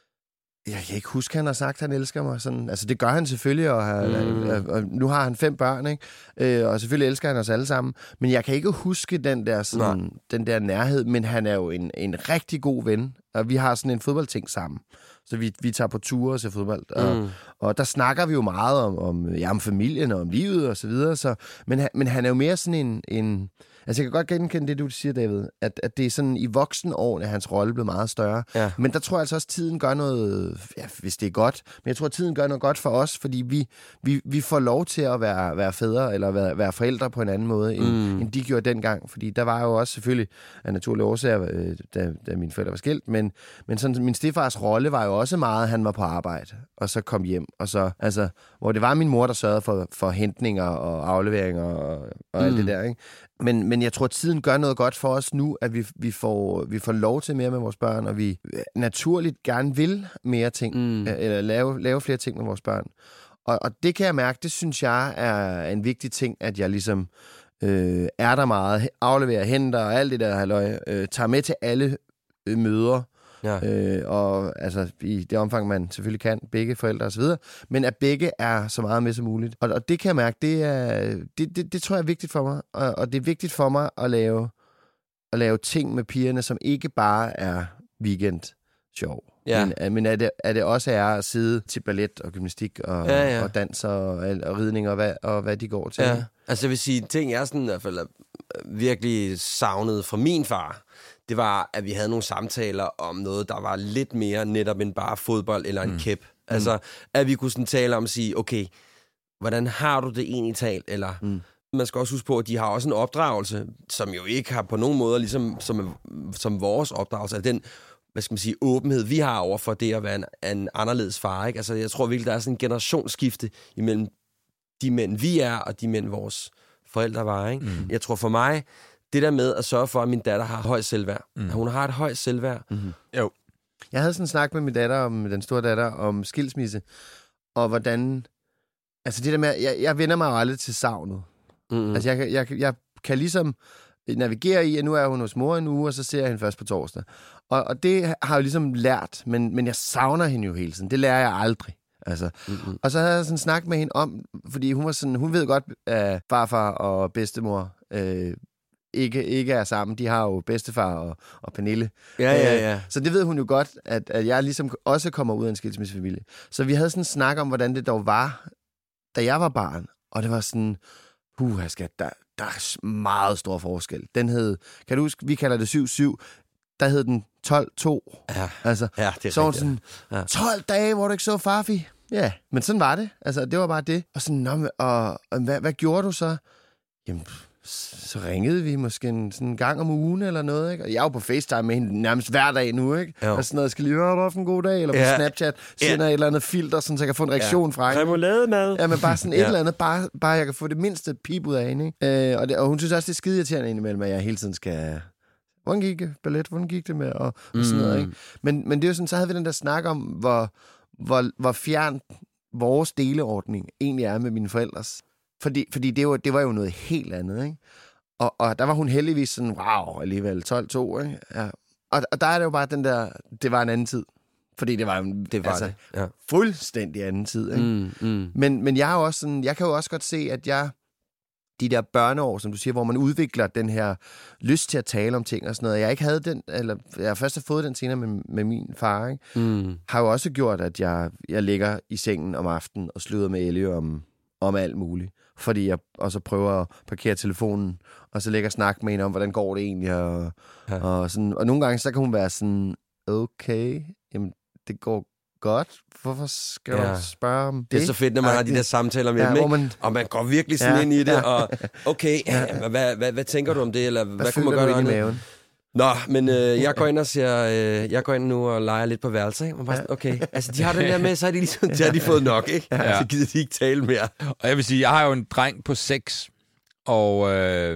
Jeg kan ikke huske, at han har sagt, at han elsker mig. Sådan, altså, det gør han selvfølgelig, og, har, mm. og, og nu har han fem børn, ikke? Øh, og selvfølgelig elsker han os alle sammen. Men jeg kan ikke huske den der, sådan, den der nærhed, men han er jo en, en rigtig god ven. Og vi har sådan en fodboldting sammen. Så vi, vi tager på ture og ser fodbold. Og, mm. og der snakker vi jo meget om, om, ja, om familien og om livet og så videre. Så, men, men han er jo mere sådan en... en altså, jeg kan godt genkende det, du siger, David, at, at det er sådan i voksenårene, at hans rolle blev meget større. Ja. Men der tror jeg altså også, at tiden gør noget, ja, hvis det er godt, men jeg tror, at tiden gør noget godt for os, fordi vi, vi, vi får lov til at være, være fædre, eller være, være forældre på en anden måde, end, mm. end de gjorde dengang. Fordi der var jo også selvfølgelig af naturlige årsager, øh, da, da mine forældre var skilt, men, men sådan, min stefars rolle var jo også meget, han var på arbejde, og så kom hjem, og så, altså, hvor det var min mor, der sørgede for, for hentninger og afleveringer og, og mm. alt det der, ikke? Men, men jeg tror, at tiden gør noget godt for os nu, at vi, vi, får, vi får lov til mere med vores børn, og vi naturligt gerne vil mere ting, mm. eller lave, lave flere ting med vores børn. Og, og det kan jeg mærke, det synes jeg er en vigtig ting, at jeg ligesom øh, er der meget, afleverer, henter og alt det der halløj, øh, tager med til alle øh, møder, ja. øh, og altså i det omfang, man selvfølgelig kan, begge forældre og så videre, men at begge er så meget med som muligt. Og, og det kan jeg mærke, det, er, det, det, det tror jeg er vigtigt for mig, og, og det er vigtigt for mig at lave, at lave ting med pigerne, som ikke bare er weekend sjov. Ja. Men, men er, det, er det også er at sidde til ballet og gymnastik og, ja, ja. og dans og, og ridning og hvad, og hvad de går til. Ja. Altså jeg vil sige, ting jeg sådan i hvert fald virkelig savnet fra min far, det var, at vi havde nogle samtaler om noget, der var lidt mere netop end bare fodbold eller en mm. kæp. Altså, at vi kunne sådan tale om at sige, okay, hvordan har du det egentlig talt? Eller mm. man skal også huske på, at de har også en opdragelse, som jo ikke har på nogen måde, ligesom som, som vores opdragelse, altså den, hvad skal man sige, åbenhed, vi har over for det at være en, en anderledes far, ikke? Altså, jeg tror virkelig, der er sådan en generationsskifte imellem de mænd, vi er, og de mænd, vores forældre var, ikke? Mm. Jeg tror for mig, det der med at sørge for, at min datter har højt selvværd. Mm. Hun har et højt selvværd. Mm-hmm. Jo. Jeg havde sådan en snak med min datter, om den store datter, om skilsmisse, og hvordan... Altså det der med, jeg, jeg vender mig jo aldrig til savnet. Mm-hmm. Altså jeg, jeg, jeg kan ligesom navigere i, at nu er hun hos mor en uge, og så ser jeg hende først på torsdag. Og, og det har jeg jo ligesom lært, men, men jeg savner hende jo hele tiden. Det lærer jeg aldrig. Altså. Mm-hmm. Og så havde jeg sådan en snak med hende om, fordi hun var sådan, hun ved godt, at farfar og bedstemor øh, ikke, ikke er sammen. De har jo bedstefar og, og Pernille. Ja, ja, ja. Så det ved hun jo godt, at, at jeg ligesom også kommer ud af en skilsmissefamilie. Så vi havde sådan en snak om, hvordan det dog var, da jeg var barn. Og det var sådan, puha skat, der, der er meget stor forskel. Den hed, kan du huske, vi kalder det syv syv. Der hed den tolv to. Ja, altså, ja det er så rigtigt. Sådan, ja. tolv dage, hvor du ikke så farfi. Ja, men sådan var det. Altså, det var bare det. Og sådan, nå, og, og hvad, hvad gjorde du så? Jamen, så ringede vi måske en, sådan en gang om ugen eller noget, ikke? Og jeg er jo på FaceTime med hende nærmest hver dag nu, ikke? Jo. Og sådan noget, skal lige høre, har du haft en god dag? Eller på ja. Snapchat, sender ja. et eller andet filter, sådan, så jeg kan få en reaktion ja. fra hende. Remolademad. Ja, men bare sådan et ja. eller andet, bare, bare jeg kan få det mindste pip ud af hende, ikke? Øh, og, det, og hun synes også, det er skide irriterende indimellem, at jeg hele tiden skal... Hvordan gik det? Ballet, hvordan gik det med? Og, og mm. sådan noget, ikke? Men, men det er jo sådan, så havde vi den der snak om, hvor, hvor, hvor fjern vores deleordning egentlig er med mine forældres. Fordi, fordi det, var, det var jo noget helt andet, ikke? Og, og der var hun heldigvis sådan, wow, alligevel tolv to, ikke? Ja. Og, og der er det jo bare den der, det var en anden tid. Fordi det var jo det var altså, det. Ja. fuldstændig anden tid, ikke? Mm, mm. Men, men jeg er jo også sådan, jeg kan jo også godt se, at jeg, de der børneår, som du siger, hvor man udvikler den her lyst til at tale om ting og sådan noget, jeg ikke havde den, eller jeg først har fået den senere med, med min far, ikke? Mm. Har jo også gjort, at jeg, jeg ligger i sengen om aftenen og sluder med Ellie om, om alt muligt. Fordi jeg også prøver at parkere telefonen, og så lægger og snakke med hende om, hvordan går det egentlig, og, ja. og, sådan, og nogle gange, så kan hun være sådan, okay, jamen, det går godt, hvorfor skal ja. du spørge om det? Det er så fedt, når man ja, har de der samtaler med ja, dem, man... og man går virkelig sådan ja, ind i det, ja. og okay, ja, hvad, hvad, hvad, hvad tænker du om det, eller hvad, hvad kunne man gøre i maven? Nå, men øh, jeg går ind og siger, øh, jeg går ind nu og leger lidt på værelser, ikke? Man bare sådan, okay, altså de har den der med, så har de ligesom, så har de fået nok, ikke? Ja. Så gider de ikke tale mere. Og jeg vil sige, jeg har jo en dreng på seks, og øh,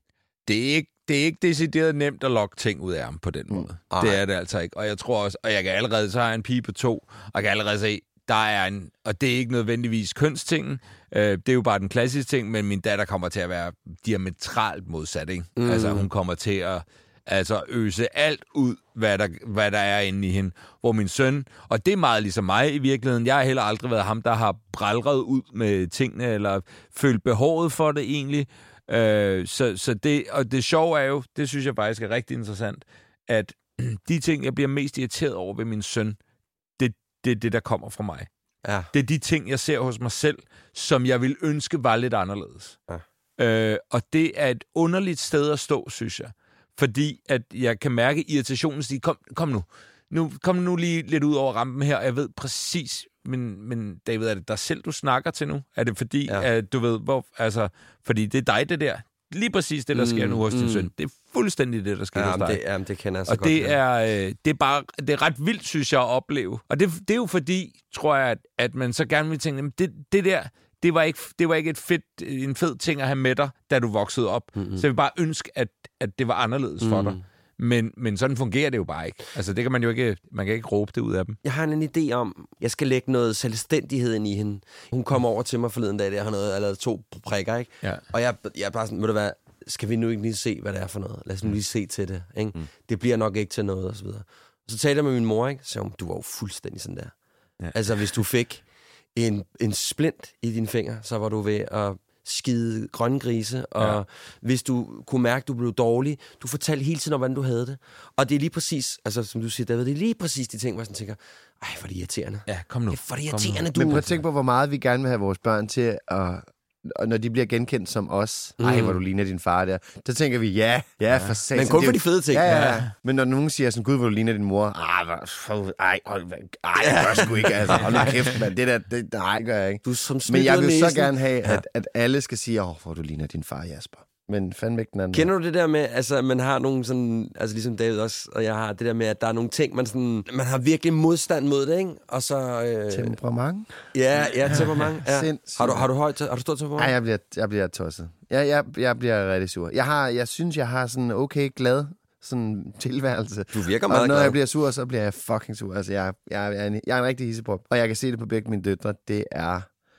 det er ikke det er ikke decideret nemt at lokke ting ud af ham på den måde. Mm. Det er det altså ikke. Og jeg tror også, og jeg kan allerede, så har jeg en pige på to, og jeg kan allerede se, der er en, og det er ikke nødvendigvis kønstingen, øh, det er jo bare den klassiske ting, men min datter kommer til at være diametralt modsat, ikke? Mm. Altså hun kommer til at altså øse alt ud, hvad der, hvad der er inde i hende. Hvor min søn, og det er meget ligesom mig i virkeligheden, jeg har heller aldrig været ham, der har brælret ud med tingene, eller følt behovet for det egentlig. Øh, så, så det, og det sjove er jo, det synes jeg faktisk er rigtig interessant, at de ting, jeg bliver mest irriteret over ved min søn, det, det er det, der kommer fra mig. Ja. Det er de ting, jeg ser hos mig selv, som jeg vil ønske var lidt anderledes. Ja. Øh, og det er et underligt sted at stå, synes jeg. Fordi at jeg kan mærke irritationen sige, kom, kom nu, nu, kom nu lige lidt ud over rampen her, og jeg ved præcis, men, men David, er det dig selv, du snakker til nu? Er det fordi, ja. at du ved, hvor, altså, fordi det er dig, det der, lige præcis det, der sker mm, nu hos mm. din søn. Det er fuldstændig det, der sker ja, hos dig. Det, jamen, det kender jeg så og godt. Og det er, øh, det er bare, det er ret vildt, synes jeg, at opleve. Og det, det er jo fordi, tror jeg, at, at man så gerne vil tænke, det, det der, det var ikke, det var ikke et fedt, en fed ting at have med dig, da du voksede op. Mm-hmm. Så jeg vil bare ønske, at, at det var anderledes mm. for dig. Men, men sådan fungerer det jo bare ikke. Altså, det kan man jo ikke, man kan ikke råbe det ud af dem. Jeg har en idé om, jeg skal lægge noget selvstændighed ind i hende. Hun kom over til mig forleden dag, der har noget, eller to prikker, ikke? Ja. Og jeg, jeg er bare sådan, må det være, skal vi nu ikke lige se, hvad det er for noget? Lad os nu lige se til det, ikke? Mm. Det bliver nok ikke til noget, og så videre. Så talte jeg med min mor, ikke? Så sagde hun, du var jo fuldstændig sådan der. Ja. Altså, hvis du fik en, en splint i dine fingre, så var du ved at skide grønne grise, og ja. hvis du kunne mærke, at du blev dårlig, du fortalte hele tiden om, hvordan du havde det. Og det er lige præcis, altså som du siger, David, det er lige præcis de ting, hvor jeg sådan tænker, ej, hvor er det irriterende. Ja, kom nu. Ja, hvor er det irriterende, du. Men prøv at tænke på, hvor meget vi gerne vil have vores børn til at... Og når de bliver genkendt som os, mm. ej, hvor du ligner din far der, så tænker vi, ja, ja, for satan. Men kun for de fede ting. Ja, ja, ja. Men når nogen siger sådan, gud, hvor du ligner din mor, ej, hvor, ej, hold, ej, jeg gør sgu ikke, altså, hold nu kæft, mand, det der, det, nej, gør jeg ikke. Du som Men jeg vil næsen. så gerne have, at, at alle skal sige, åh, hvor du ligner din far, Jasper. Men fandme ikke den anden. Kender du det der med, altså man har nogle sådan, altså ligesom David også, og jeg har det der med, at der er nogle ting, man sådan, man har virkelig modstand mod det, ikke? Og så... Øh... Temperament? Ja, ja, temperament. Ja. Har du, har du højt, har du stort temperament? Nej, jeg bliver, jeg bliver tosset. Jeg, jeg, jeg bliver rigtig sur. Jeg har, jeg synes, jeg har sådan okay glad sådan tilværelse. Du virker meget og når glad. jeg bliver sur, så bliver jeg fucking sur. Altså, jeg, jeg, jeg, er, en, jeg er en rigtig hissepop. Og jeg kan se det på begge mine døtre. Det er...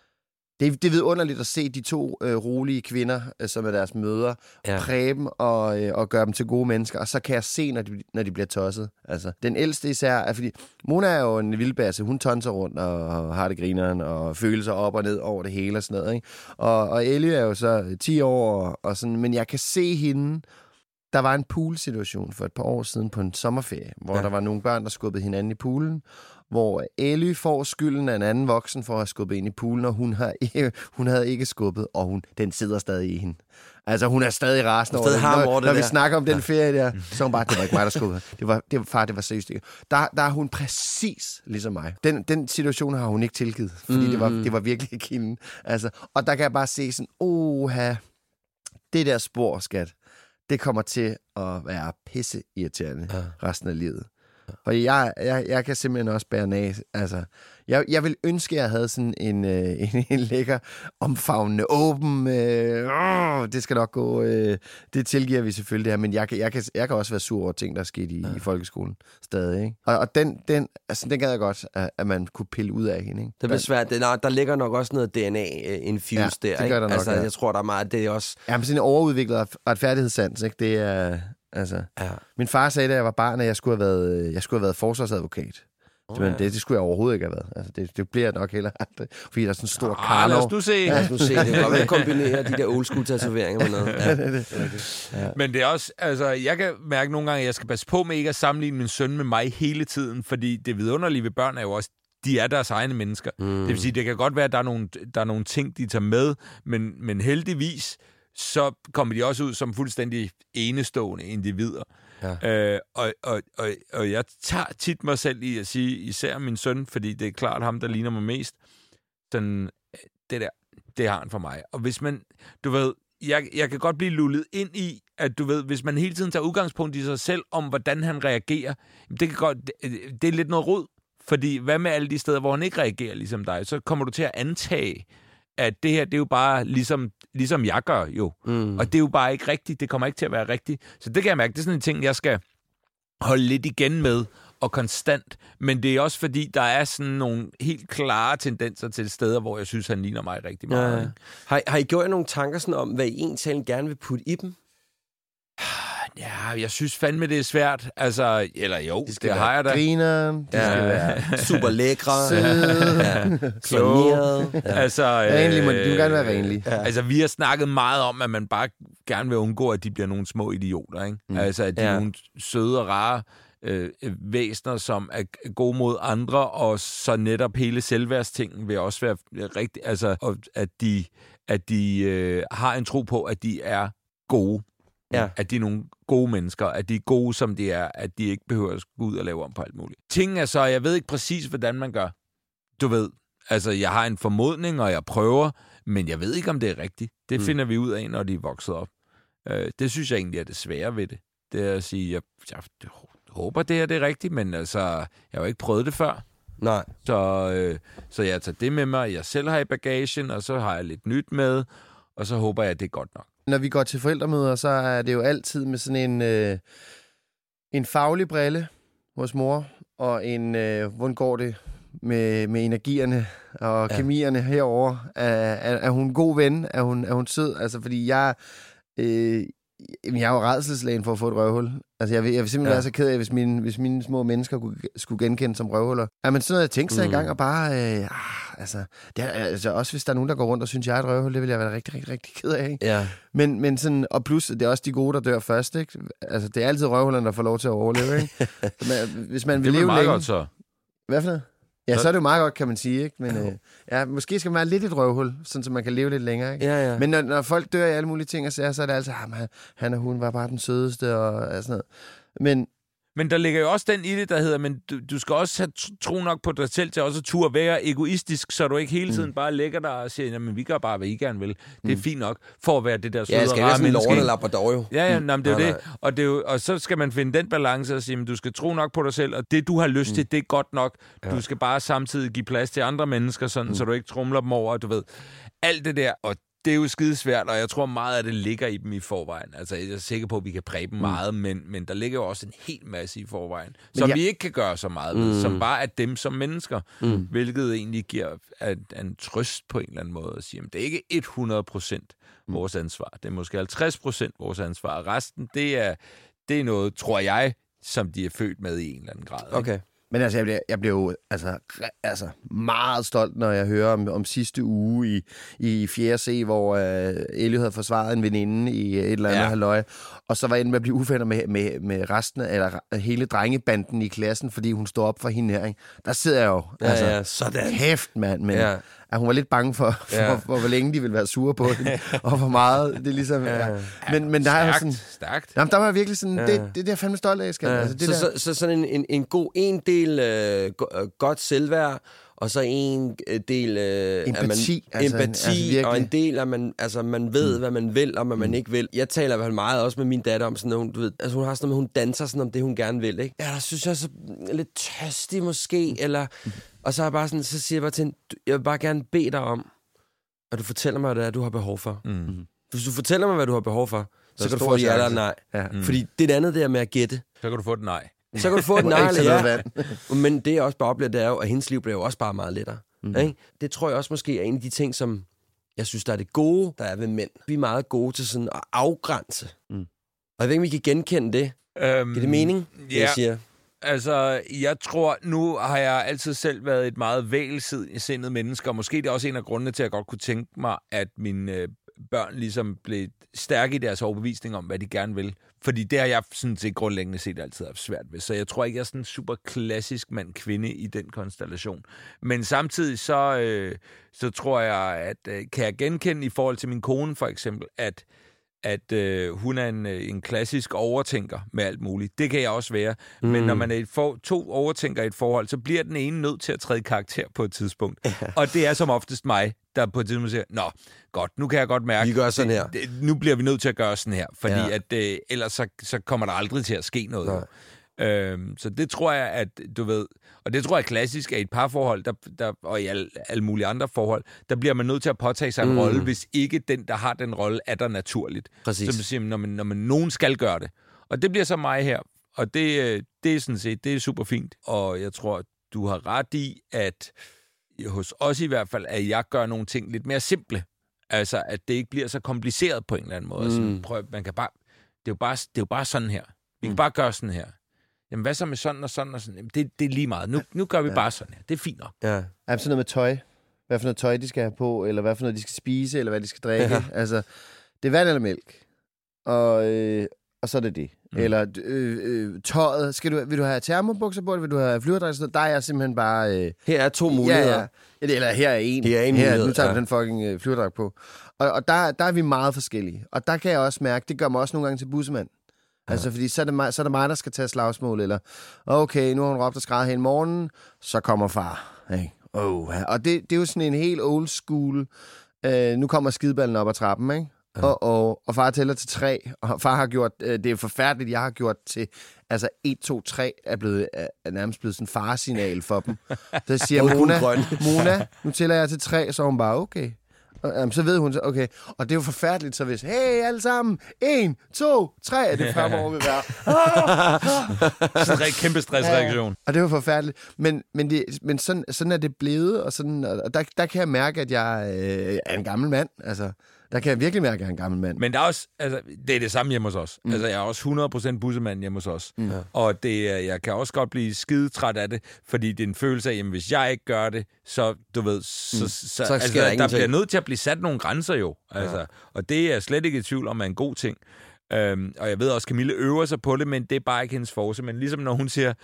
Det, det er vidunderligt at se de to øh, rolige kvinder, øh, som er deres mødre, ja. præge dem og, øh, og gøre dem til gode mennesker. Og så kan jeg se, når de, når de bliver tosset. Altså, den ældste især er, fordi Mona er jo en vildbasse. Hun tonser rundt og, og har det grineren og føler sig op og ned over det hele og sådan noget. Ikke? Og, og Ellie er jo så ti år, og, og sådan, men jeg kan se hende. Der var en poolsituation for et par år siden på en sommerferie, hvor ja. der var nogle børn, der skubbede hinanden i poolen, hvor Ellie får skylden af en anden voksen for at have skubbet ind i poolen, og hun, har ikke, hun havde ikke skubbet, og hun, den sidder stadig i hende. Altså, hun er stadig rasende over det. Når, over det når vi snakker om den ferie der, så hun bare, det var ikke mig, der skubbede. Det var, det var, far, det var seriøst ikke. Der, der er hun præcis ligesom mig. Den, den situation har hun ikke tilgivet, fordi mm. det, var, det var virkelig ikke hende. Altså, og der kan jeg bare se sådan, oha, det der spor, skat, det kommer til at være pisse irriterende ja. resten af livet. Og jeg, jeg, jeg kan simpelthen også bære næs. Altså, jeg, jeg vil ønske, at jeg havde sådan en, øh, en, en lækker, omfavnende, åben... Øh, øh, det skal nok gå... Øh, det tilgiver vi selvfølgelig, det her, men jeg, jeg, kan, jeg kan også være sur over ting, der er sket i, ja. i folkeskolen stadig. Ikke? Og, og den, den, altså, den gad jeg godt, at, at man kunne pille ud af hende. Ikke? Det bliver svært. Der, der ligger nok også noget D N A-infused ja, der. Det gør der nok, altså, ja. jeg tror, der er meget... Det er også... Ja, men sådan en overudviklet retfærdighedssans, ikke? Det er... Altså, ja. Min far sagde, da jeg var barn, at jeg skulle have været, jeg skulle have været forsvarsadvokat. Oh, men ja. det, det skulle jeg overhovedet ikke have været. Altså, det, det bliver jeg nok heller aldrig. Fordi der er sådan en stor ah, karnov. Lad os nu se. Ja, lad os nu se. Det kan godt være at kombinere de der old school tatoveringer med noget. Ja. det, det, det. Ja. Men det er også, altså, jeg kan mærke nogle gange, at jeg skal passe på med ikke at sammenligne min søn med mig hele tiden, fordi det vidunderlige ved børn er jo også, de er deres egne mennesker. Mm. Det vil sige, det kan godt være, at der er nogle, der er nogle ting, de tager med, men, men heldigvis, så kommer de også ud som fuldstændig enestående individer. Ja. Øh, og, og, og, og jeg tager tit mig selv i at sige, især min søn, fordi det er klart ham, der ligner mig mest, sådan, det der, det har han for mig. Og hvis man, du ved, jeg, jeg kan godt blive lullet ind i, at du ved, hvis man hele tiden tager udgangspunkt i sig selv, om hvordan han reagerer, det kan godt, det, det er lidt noget rod. Fordi hvad med alle de steder, hvor han ikke reagerer ligesom dig, så kommer du til at antage, at det her, det er jo bare ligesom, ligesom jeg gør jo. Mm. Og det er jo bare ikke rigtigt. Det kommer ikke til at være rigtigt. Så det kan jeg mærke. Det er sådan en ting, jeg skal holde lidt igen med, og konstant. Men det er også fordi, der er sådan nogle helt klare tendenser til steder, hvor jeg synes, han ligner mig rigtig meget. Ja. Har, har I gjort jer nogle tanker sådan om, hvad I egentlig gerne vil putte i dem? Ja, jeg synes fandme, det er svært. Altså, eller jo, det, skal det være har jeg da. Griner, det ja. skal være super lækre. Søde. Ja. Kloge. Ja. Altså, renlig, må de vil gerne være renlig. Ja. Altså, vi har snakket meget om, at man bare gerne vil undgå, at de bliver nogle små idioter, ikke? Mm. Altså, at de ja. er nogle søde og rare øh, væsener, som er gode mod andre, og så netop hele selvværdstingen vil også være rigtig, altså, at de, at de øh, har en tro på, at de er gode. Ja. At de er nogle gode mennesker, at de er gode, som de er, at de ikke behøver at gå ud og lave om på alt muligt. Ting er så, jeg ved ikke præcis, hvordan man gør. Du ved, altså jeg har en formodning, og jeg prøver, men jeg ved ikke, om det er rigtigt. Det mm. finder vi ud af, når de er vokset op. Øh, det synes jeg egentlig er det svære ved det. Det er at sige, jeg, jeg, jeg håber, det her det er rigtigt, men altså, jeg har jo ikke prøvet det før. Nej. Så, øh, så jeg tager det med mig, jeg selv har i bagagen, og så har jeg lidt nyt med, og så håber jeg, at det er godt nok. Når vi går til forældremøder, så er det jo altid med sådan en, øh, en faglig brille hos mor, og en, øh, hvordan går det med, med energierne og ja. kemierne herovre? Er, er, er hun en god ven? Er hun, er hun sød? Altså, fordi jeg... Øh, jeg er jo rædselslægen for at få et røvhul. Altså, jeg vil, jeg vil simpelthen ja. være så ked af, hvis mine, hvis mine små mennesker kunne, skulle genkende som røvhuller. Ja, men sådan noget, jeg tænkte sig mm. i gang, og bare... Øh, ah, altså, det er, altså, også hvis der er nogen, der går rundt og synes, jeg er et røvhul, det vil jeg være rigtig, rigtig, rigtig ked af, ikke? Ja. Men, men sådan... Og plus, det er også de gode, der dør først, ikke? Altså, det er altid røvhullerne, der får lov til at overleve, ikke? Men, hvis man vil det leve meget længe... godt, så. Hvad for noget? Ja, så er det jo meget godt, kan man sige, ikke? Men øh, ja, måske skal man være lidt et røvhul, sådan så man kan leve lidt længere, ikke? Ja, ja. Men når, når folk dør i alle mulige ting, og så, så er det altid, at han og hun var bare den sødeste, og sådan noget. Men... Men der ligger jo også den i det, der hedder, men du, du skal også have tro nok på dig selv til også at turde være egoistisk, så du ikke hele tiden mm. bare lægger dig og siger, jamen vi gør bare, hvad I gerne vil. Det er mm. fint nok, for at være det der søde ja, skal og rare menneske. Ja, skal labrador jo. Ja, ja, nej, det er jo det. Og, det er jo, og så skal man finde den balance og sige, men du skal tro nok på dig selv, og det du har lyst mm. til, det er godt nok. Ja. Du skal bare samtidig give plads til andre mennesker, sådan, mm. så du ikke trumler dem over, du ved. Alt det der, og det er jo skidesvært, og jeg tror meget af det ligger i dem i forvejen. Altså, jeg er sikker på, at vi kan præge dem meget, mm. men, men der ligger jo også en hel masse i forvejen, men som jeg... vi ikke kan gøre så meget med, mm. som bare er dem som mennesker, mm. hvilket egentlig giver en, en trøst på en eller anden måde at sige, at det er ikke hundrede procent vores ansvar. Det er måske halvtreds procent vores ansvar, og resten, det er, det er noget, tror jeg, som de er født med i en eller anden grad. Okay. Men altså, jeg bliver, jeg bliver jo altså, altså meget stolt, når jeg hører om, om sidste uge i, i fjerde C, hvor uh, Elio havde forsvaret en veninde i et eller andet ja. halløj, og så var enden med at blive uvenner med, med, med resten af, eller hele drengebanden i klassen, fordi hun stod op for hende her, ikke? Der sidder jeg jo, ja, altså, ja, sådan. Kæft, mand, men ja. at hun var lidt bange for, for, ja. for, for, hvor længe de ville være sure på hende, og hvor meget, det er ligesom, ja. Ja. Men, men der stærkt, er sådan... Stærkt, jamen, der var virkelig sådan, ja. det, det, det er jeg fandme stolt af, skal. Ja. Altså, det så, der... så, så sådan en, en, en god en del øh, godt selvværd, og så en del... Øh, empati. Man, altså, empati, altså og en del, at man, altså, man ved, mm. hvad man vil, og hvad man mm. ikke vil. Jeg taler i hvert fald meget også med min datter om sådan noget, du ved, altså hun har sådan noget, hun danser sådan om det, hun gerne vil, ikke? Ja, der synes jeg så lidt tørstig måske, eller... Og så er jeg bare sådan, så siger jeg bare til hende, jeg vil bare gerne bede dig om, at du fortæller mig, hvad det er, du har behov for. Mm. Hvis du fortæller mig, hvad du har behov for, så kan du få et ja eller nej. Ja. Mm. Fordi det andet der med at gætte. Så kan du få et nej. Så kan du få et nej, eller ja. Men det jeg også bare oplever, det er jo, at hendes liv bliver jo også bare meget lettere. Mm. Ikke? Det tror jeg også måske er en af de ting, som jeg synes, der er det gode, der er ved mænd. Vi er meget gode til sådan at afgrænse. Mm. Og jeg ved ikke, om vi kan genkende det. Um, Giver det mening, ja. jeg siger? Altså, jeg tror, nu har jeg altid selv været et meget vægelsindet menneske, og måske det er også en af grundene til, at jeg godt kunne tænke mig, at mine øh, børn ligesom blev stærke i deres overbevisning om, hvad de gerne vil. Fordi det har jeg sådan set grundlæggende set altid haft svært ved. Så jeg tror ikke, jeg er sådan en super klassisk mand-kvinde i den konstellation. Men samtidig så, øh, så tror jeg, at øh, kan jeg genkende i forhold til min kone for eksempel, at at øh, hun er en, en klassisk overtænker med alt muligt. Det kan jeg også være. Mm. Men når man er et for, to overtænker i et forhold, så bliver den ene nødt til at træde karakter på et tidspunkt. Ja. Og det er som oftest mig, der på et tidspunkt siger, nå, godt, nu kan jeg godt mærke, vi gør sådan her. Det, det, nu bliver vi nødt til at gøre sådan her, fordi ja. at, øh, ellers så, så kommer der aldrig til at ske noget. Øhm, så det tror jeg, at du ved, og det tror jeg klassisk er i et parforhold, der, der, og i alle, alle mulige andre forhold, der bliver man nødt til at påtage sig en mm. rolle, hvis ikke den, der har den rolle, er der naturligt. Præcis. Så man siger, når man, når man nogen skal gøre det. Og det bliver så mig her, og det, det er sådan set, det er super fint. Og jeg tror, du har ret i, at hos os i hvert fald, at jeg gør nogle ting lidt mere simple. Altså, at det ikke bliver så kompliceret på en eller anden måde. Mm. Altså, prøv, man kan bare, det er jo bare, det er jo bare sådan her. Vi kan mm. bare gøre sådan her. Jamen, hvad så med sådan og sådan og sådan? Jamen, det, det er lige meget. Nu, nu gør vi ja. bare sådan her. Det er fint nok. Ja. Jamen, sådan noget med tøj. Hvad for noget tøj, de skal have på, eller hvad for noget, de skal spise, eller hvad de skal drikke. Ja. Altså, det er vand eller mælk. Og, øh, og så er det det. Mm. Eller øh, øh, tøjet. Skal du, vil du have termobukser på, eller vil du have flyverdragter? Der er jeg simpelthen bare... Øh, her er to muligheder. Ja, ja. Eller her er en. Her er en her, mulighed. Nu tager vi ja. den fucking øh, flyverdragt på. Og, og der, der er vi meget forskellige. Og der kan jeg også mærke, det gør mig også nogle gange til bussemand. Ja. Altså, fordi så er, det mig, så er det mig, der skal tage slagsmål, eller okay, nu har hun råbt og skrevet hele morgenen, så kommer far. Hey. Oh, ja. Og det, det er jo sådan en helt old school, øh, nu kommer skideballen op ad trappen, ikke? Ja. Og, og, og far tæller til tre, og far har gjort, øh, det er forfærdeligt, jeg har gjort til, altså et, to, tre er, blevet, er nærmest blevet sådan en farsignal for dem. Så siger Mona, Mona, nu tæller jeg til tre, så er hun bare, okay. Jamen, så ved hun så, okay. Og det er jo forfærdeligt, så hvis, hey, alle sammen, en, to, tre, er det fremover vil være. Sådan en kæmpe stressreaktion. Ja, og det er jo forfærdeligt. Men, men, det, men sådan, sådan er det blevet, og, sådan, og der, der kan jeg mærke, at jeg øh, er en gammel mand. Altså, der kan jeg virkelig mærke, at jeg er en gammel mand. Men der er også, altså, det er det samme hjemme hos os. Mm. Altså, jeg er også hundrede procent bussemand hjemme hos os. Mm. Og det, jeg kan også godt blive skide træt af det, fordi det er en følelse af, at hvis jeg ikke gør det, så, du ved, så, mm. så, så altså, der, der bliver nødt til at blive sat nogle grænser jo. Altså, ja. Og det er slet ikke i tvivl om, er en god ting. Øhm, og jeg ved også, Camille øver sig på det, men det er bare ikke hendes force. Men ligesom når hun siger,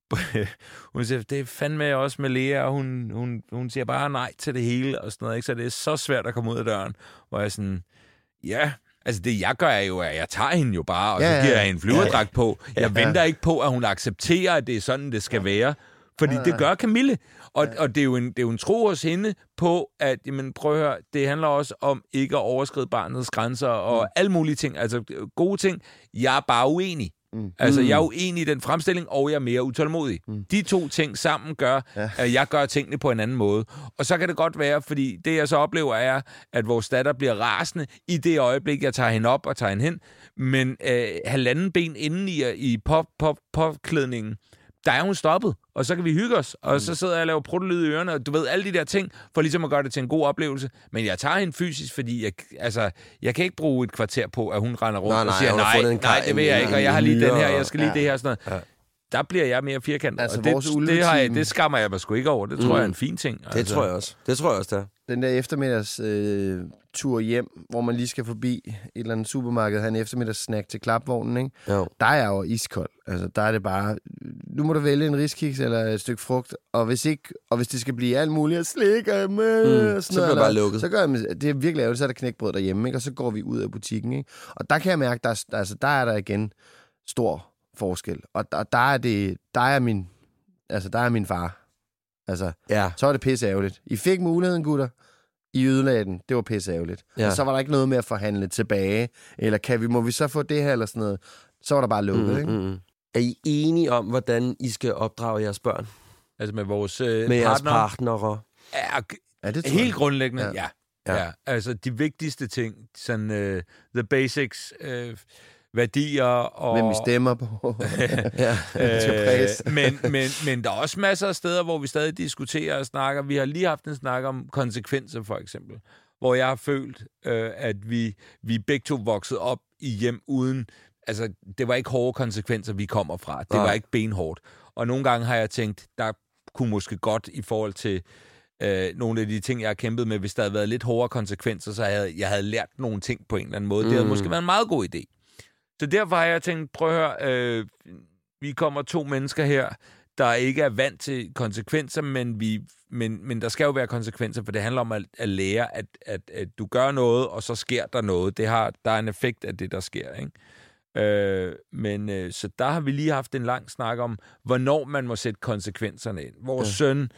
hun siger, det er fandme også med Lea, og hun, hun, hun siger bare nej til det hele, og sådan noget, ikke? Så det er så svært at komme ud af døren, hvor jeg sådan, ja, altså det jeg gør er jo, at jeg tager hende jo bare, og ja, så giver jeg hende flyverdragt på. Jeg ja. venter ikke på, at hun accepterer, at det er sådan, det skal være, fordi ja. det gør Camille. Og, ja. og det, er jo en, det er jo en tro hos hende på, at jamen, prøv at høre, det handler også om ikke at overskride barnets grænser, og mm. alle mulige ting, altså gode ting. Jeg er bare uenig. Mm. Altså, jeg er uenig i den fremstilling, og jeg er mere utålmodig. Mm. De to ting sammen gør, ja. at jeg gør tingene på en anden måde. Og så kan det godt være, fordi det, jeg så oplever, er, at vores datter bliver rasende i det øjeblik, jeg tager hende op og tager hende hen. Men øh, halvanden ben inde i, i pop, pop, popklædningen, der er hun stoppet, og så kan vi hygge os, og mm. så sidder jeg og laver pruttelyd i ørerne, og du ved, alle de der ting, for ligesom at gøre det til en god oplevelse. Men jeg tager hende fysisk, fordi jeg, altså, jeg kan ikke bruge et kvarter på, at hun render rundt nej, nej, og siger, nej, nej, nej, det vil jeg ikke, og jeg har lige den her, jeg skal lige ja. det her, sådan noget. Ja. Der bliver jeg mere firkantet, altså, og det, det, har jeg, det skammer jeg mig sgu ikke over. Det tror mm. jeg er en fin ting. Altså. Det tror jeg også. Det tror jeg også, der. Den der eftermiddags øh, tur hjem, hvor man lige skal forbi et eller andet supermarked, have en eftermiddagssnack til klapvognen, ikke? Jo. Der er jeg jo iskold. Altså, der er det bare, nu må du vælge en riskiks eller et stykke frugt, og hvis ikke, og hvis det skal blive alt muligt, slikker med, mm, så bliver det bare lukket. Så gør jeg, det er virkelig ærgerligt, så er der knækbrød derhjemme, ikke? Og så går vi ud af butikken, ikke? Og der kan jeg mærke, der, altså, der er der igen stor forskel. Og der, der er det, der er min, altså der er min far. Altså, Ja. så var det pisseærgerligt. I fik muligheden, gutter. I ødelagde den. Det var pisseærgerligt. Ja. Og så var der ikke noget med at forhandle tilbage. Eller kan vi, må vi så få det her, eller sådan noget. Så var der bare lukket, Mm, ikke? mm. Er I enige om, hvordan I skal opdrage jeres børn? Altså med vores øh, Med jeres partner. partnere? Ja, Ja, det tror helt jeg. grundlæggende, Ja. ja. Ja. Ja. ja. Altså de vigtigste ting, sådan uh, the basics, uh, værdier og... Hvem vi stemmer på. Ja. Tilfreds. Øh, men, men, men der er også masser af steder, hvor vi stadig diskuterer og snakker. Vi har lige haft en snak om konsekvenser, for eksempel. Hvor jeg har følt, øh, at vi, vi begge to voksede op i hjem uden... Altså, det var ikke hårde konsekvenser, vi kommer fra. Det Nej. var ikke benhårdt. Og nogle gange har jeg tænkt, der kunne måske godt i forhold til øh, nogle af de ting, jeg har kæmpet med, hvis der havde været lidt hårdere konsekvenser, så havde jeg havde lært nogle ting på en eller anden måde. Mm. Det havde måske været en meget god idé. Så derfor har jeg tænkt, prøv at høre, øh, vi kommer to mennesker her, der ikke er vant til konsekvenser, men, vi, men, men der skal jo være konsekvenser, for det handler om at, at lære, at, at, at du gør noget, og så sker der noget. Det har, der er en effekt af det, der sker, ikke? Øh, men øh, så der har vi lige haft en lang snak om, hvornår man må sætte konsekvenserne ind. Vores ja. søn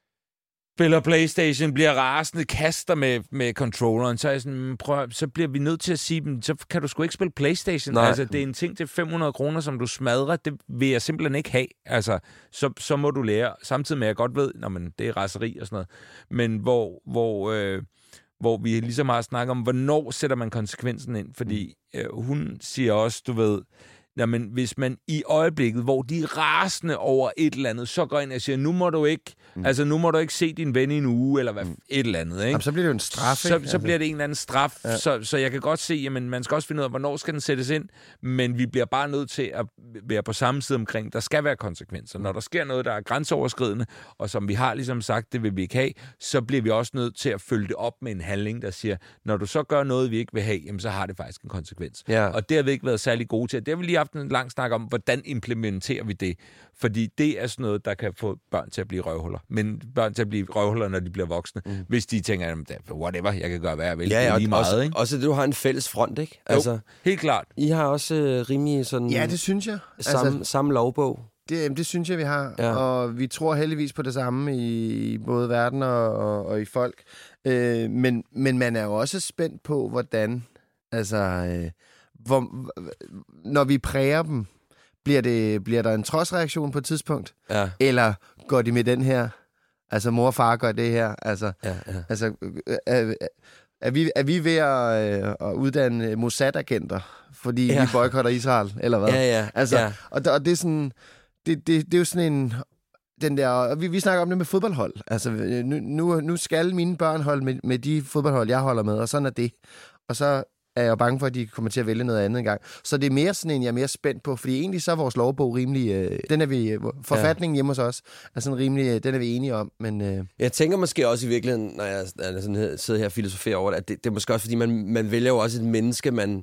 spiller PlayStation, bliver rasende, kaster med, med controlleren, så er jeg sådan, prøv, så bliver vi nødt til at sige dem, så kan du sgu ikke spille PlayStation. Nej. Altså, det er en ting til fem hundrede kroner, som du smadrer, det vil jeg simpelthen ikke have. Altså, så, så må du lære, samtidig med, at jeg godt ved, når man, det er raseri og sådan noget, men hvor, hvor, øh, hvor vi ligesom har snakket om, hvornår sætter man konsekvensen ind, fordi øh, hun siger også, du ved, jamen, hvis man i øjeblikket, hvor de er rasende over et eller andet, så går ind og siger, nu må du ikke, mm. altså nu må du ikke se din ven i en uge, eller hvad, mm. et eller andet, ikke? Jamen, så bliver det jo en straf, så, ikke? så bliver det en eller anden straf, ja. så, så jeg kan godt se, jamen man skal også finde ud af, hvornår skal den sættes ind, men vi bliver bare nødt til at være på samme side omkring, der skal være konsekvenser. Når der sker noget, der er grænseoverskridende, og som vi har ligesom sagt, det vil vi ikke have, så bliver vi også nødt til at følge det op med en handling, der siger, når du så gør noget, vi ikke vil have, jamen så har det faktisk en konsekvens. Ja. Og det har vi ikke været særlig gode til. Det har vi lige haft en lang snak om, hvordan implementerer vi det? Fordi det er sådan noget, der kan få børn til at blive røvhuller. Men børn til at blive røvhuller, når de bliver voksne. Mm. Hvis de tænker, whatever, jeg kan gøre, hvad jeg vil. Ja, ja, lige meget, også, ikke? også det, du har en fælles front, ikke? Jo, altså, helt klart. I har også øh, rimelig sådan... Ja, det synes jeg. Samme, Altså, samme lovbog. det, det synes jeg, vi har. Ja. Og vi tror heldigvis på det samme i både verden og, og, og i folk. Øh, men, men man er jo også spændt på, hvordan... Altså, øh, hvor, når vi præger dem, bliver, det, bliver der en trodsreaktion på et tidspunkt? Ja. Eller går de med den her? Altså, mor og far gør det her. Altså, Ja, ja. altså er, er, vi, er vi ved at, øh, at uddanne Mossad-agenter, fordi Ja. vi boykotter Israel, eller hvad? Ja, ja, Altså, ja. Og, og det er sådan... Det, det, det er jo sådan en... Den der, vi, vi snakker om det med fodboldhold. Altså, nu, nu, nu skal mine børn holde med, med de fodboldhold, jeg holder med, og sådan er det. Og så er jeg jo bange for, at de kommer til at vælge noget andet engang. Så det er mere sådan en, jeg er mere spændt på, fordi egentlig så er vores lovbog rimelig... Øh, den er vi... Forfatningen hjemme hos os er sådan rimelig... Øh, den er vi enige om, men... Øh, Jeg tænker måske også i virkeligheden, når jeg sådan her, sidder her og filosoferer over det, at det, det er måske også, fordi man, man vælger jo også et menneske, man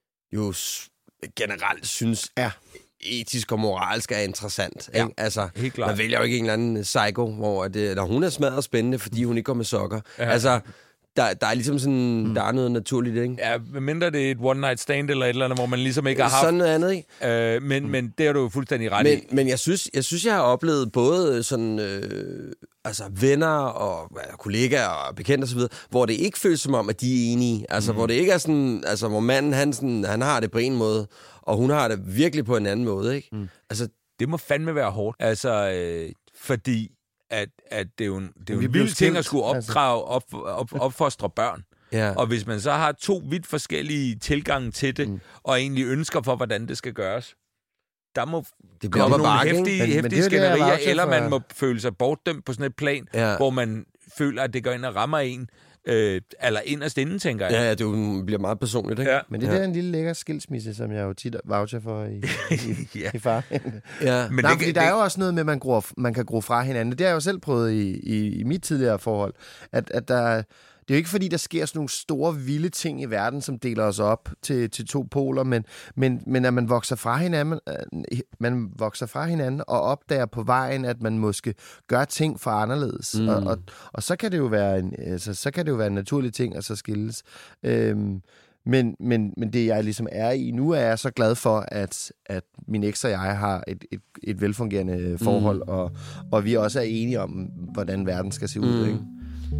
jo s- generelt synes Ja. etisk og moralsk er interessant. Ja, Ikke? Altså, helt klart. man vælger jo ikke en eller anden psycho, hvor det, når hun er smadret spændende, fordi hun ikke går med sokker. Ja. Altså, der, der er ligesom sådan, mm. der er noget naturligt, ikke? Ja, mindre det er et one-night stand eller et eller andet, hvor man ligesom ikke har haft... Sådan noget andet, ikke? Øh, men, men det er du jo fuldstændig ret Men, i. men jeg synes, jeg synes, jeg har oplevet både sådan, øh, altså venner og øh, kollegaer og bekendte osv., hvor det ikke føles som om, at de er enige. Altså, mm. hvor det ikke er sådan, altså, hvor manden, han, sådan, han har det på en måde, og hun har det virkelig på en anden måde, ikke? Mm. Altså, Det må fandme være hårdt. Altså, øh, fordi at, at det er jo en, det er jo Vi en blev vild ting skilt, at skulle opdrage, op, op, opfostre børn. ja. Og hvis man så har to vidt forskellige tilgange til det, mm. og egentlig ønsker for, hvordan det skal gøres, der må Det bliver komme op ad nogle bakke, ikke? heftige, Men- men heftige det er jo det, jeg skænderier, voucher eller for. man må føle sig bortdømt på sådan et plan, Ja. hvor man føler, at det går ind og rammer en, øh, eller inderst inden, tænker jeg. Ja, ja, det jo bliver meget personligt, ikke? Ja. men det Ja. der er en lille lækker skilsmisse, som jeg jo tit voucher for i, i, Ja. i far. Ja. Men Nej, det, fordi der er jo også noget med, at man, gror, man kan gro fra hinanden. Det har jeg jo selv prøvet i, i, i mit tidligere forhold. At, at der, det er jo ikke, fordi der sker sådan nogle store, vilde ting i verden, som deler os op til, til to poler, men, men, men at man vokser fra hinanden, øh, man vokser fra hinanden og opdager på vejen, at man måske gør ting for anderledes. Mm. Og, og, og så kan det jo være en, altså, så kan det jo være en naturlig ting at så skilles. Øhm, Men, men, men det, jeg ligesom er i nu, er jeg så glad for, at, at min eks og jeg har et, et, et velfungerende forhold, mm. og, og vi også er enige om, hvordan verden skal se ud. Mm. Ikke?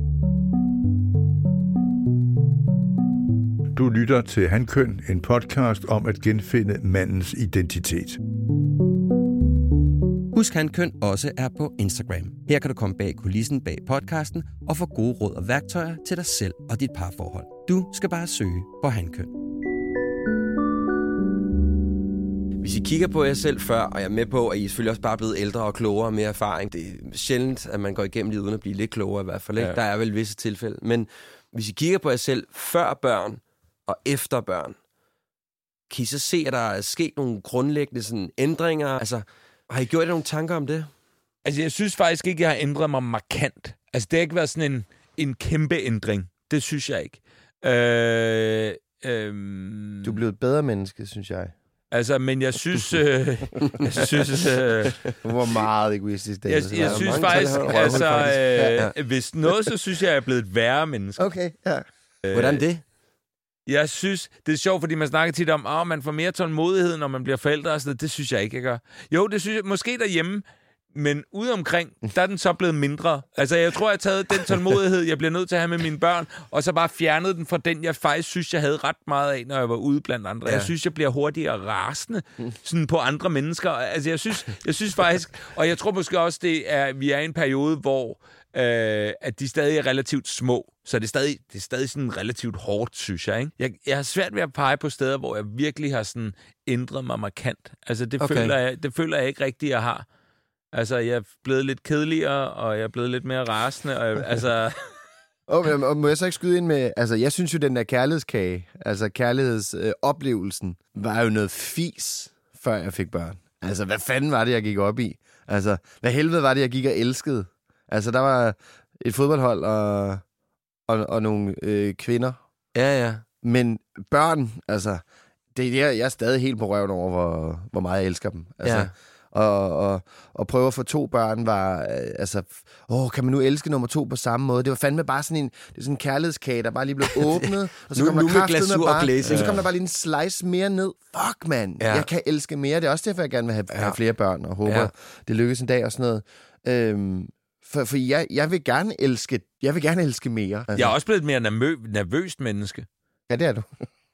Du lytter til Hankøn, en podcast om at genfinde mandens identitet. Husk, Hankøn også er på Instagram. Her kan du komme bag kulissen bag podcasten og få gode råd og værktøjer til dig selv og dit parforhold. Du skal bare søge på Hankøn. Hvis I kigger på jer selv før, og jeg er med på, at I selvfølgelig også bare er blevet ældre og klogere og mere erfaring. Det er sjældent, at man går igennem livet uden at blive lidt klogere i hvert fald. Ikke? Ja. Der er vel visse tilfælde. Men hvis I kigger på jer selv før børn og efter børn, kan I så se, at der er sket nogle grundlæggende sådan, ændringer? Altså, har I gjort jer nogle tanker om det? Altså, jeg synes faktisk ikke, jeg har ændret mig markant. Altså, det har ikke været sådan en, en kæmpe ændring. Det synes jeg ikke. Øh, øh, du er blevet et bedre menneske, synes jeg. Altså, men jeg synes... Øh, jeg synes... Øh, Hvor meget egoistisk det er. Jeg, jeg, jeg synes faktisk, altså... Øh, hvis noget, så synes jeg, jeg er blevet et værre menneske. Okay, ja. Øh, Hvordan det? Jeg synes, det er sjovt, fordi man snakker tit om, at man får mere tålmodighed, når man bliver forældre og sådan noget. Det synes jeg ikke, jeg gør. Jo, det synes jeg måske derhjemme, men ude omkring, der er den så blevet mindre. Altså, jeg tror, jeg har taget den tålmodighed, jeg bliver nødt til at have med mine børn, og så bare fjernet den fra den, jeg faktisk synes, jeg havde ret meget af, når jeg var ude blandt andre. Ja. Jeg synes, jeg bliver hurtigere rasende sådan på andre mennesker. Altså, jeg synes, jeg synes faktisk, og jeg tror måske også, det er, vi er i en periode, hvor øh, at de stadig er relativt små. Så det er stadig, det er stadig sådan relativt hårdt, synes jeg, ikke? Jeg, jeg har svært ved at pege på steder, hvor jeg virkelig har sådan ændret mig markant. Altså, det, okay. føler, jeg, det føler jeg ikke rigtigt, jeg har. Altså, jeg er blevet lidt kedeligere, og jeg er blevet lidt mere rasende, og jeg, altså... Okay, og må jeg så ikke skyde ind med... Altså, jeg synes jo, den der kærlighedskage, altså kærlighedsoplevelsen, øh, var jo noget fis, før jeg fik børn. Altså, hvad fanden var det, jeg gik op i? Altså, hvad helvede var det, jeg gik og elskede? Altså, der var et fodboldhold og, og, og nogle øh, kvinder. Ja, ja. Men børn, altså... Det, jeg, jeg er stadig helt på røven over, hvor, hvor meget jeg elsker dem. Altså... Ja. Og, og, og prøve at få to børn var, øh, altså, åh, kan man nu elske nummer to på samme måde? Det var fandme bare sådan en, det er sådan en kærlighedskage, der bare lige blev åbnet, og så nu, kom der kraftedeme bare, og så kom der bare lige en slice mere ned. Fuck, mand, ja. Jeg kan elske mere. Det er også derfor, jeg gerne vil have, ja. have flere børn, og håber, ja. det lykkes en dag og sådan noget. Øhm, for for jeg, jeg vil gerne elske, jeg vil gerne elske mere. Altså. Jeg er også blevet et mere nervø- nervøst menneske. Ja, det er du.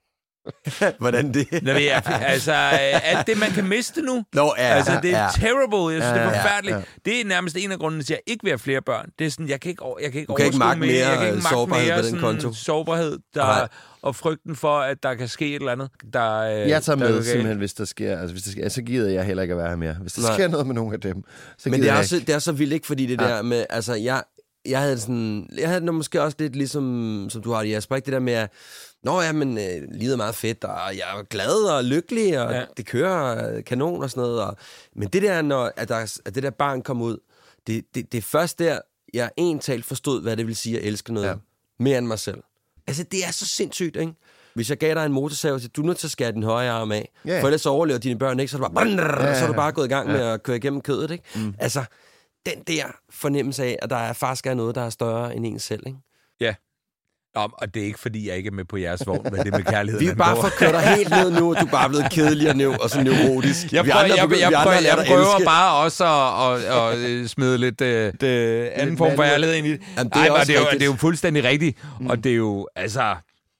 Hvordan det? Nå, jeg, altså, alt det, man kan miste nu. Nå, ja, altså, det er ja. terrible. Jeg synes, ja, det er forfærdeligt. Ja, ja. Det er nærmest en af grundene til, at jeg ikke vil have flere børn. Det er sådan, jeg kan ikke, jeg kan ikke du kan ikke magte mere, mere, jeg kan ikke sårbarhed mere på den konto. Sårbarhed, der, og frygten for, at der kan ske et eller andet. Der, jeg tager der med simpelthen, hvis der sker, altså, hvis der sker, så gider jeg heller ikke at være her mere. Hvis der Nej. sker noget med nogle af dem, så Men det er, jeg også, ikke. det er så vildt, ikke? Fordi det ja. der med, altså, jeg, jeg havde sådan, jeg havde måske også lidt ligesom, som du har det, Jasper, ikke? Det der med, at nå ja, men øh, livet er meget fedt, og jeg er glad og lykkelig, og ja. det kører kanon og sådan noget. Og, men det der, når at der, at det der barn kom ud, det, det, det er først der, jeg egentlig forstod, hvad det vil sige at elske noget ja. mere end mig selv. Altså, det er så sindssygt, ikke? Hvis jeg gav dig en motorsav, så du er nødt til at skære din højre arm af. Yeah. For ellers så overlever dine børn ikke, så er du bare, yeah. og så er du bare gået i gang med ja. at køre igennem kødet, ikke? Mm. Altså, den der fornemmelse af, at der er faktisk er noget, der er større end en selv, ikke? Ja. Nå, og det er ikke, fordi jeg ikke er med på jeres vogn, men det med kærlighed. Vi er bare for at køre dig helt ned nu, du er bare blevet kedelig og, nøv, og så neurotisk. Jeg prøver, andre, jeg, jeg, jeg, prøver, jeg prøver bare også at, at, at smide lidt uh, det anden form for ærlighed ind i det. Jamen, det, er Ej, det, er jo, det er jo fuldstændig rigtigt, mm. og det er jo, altså...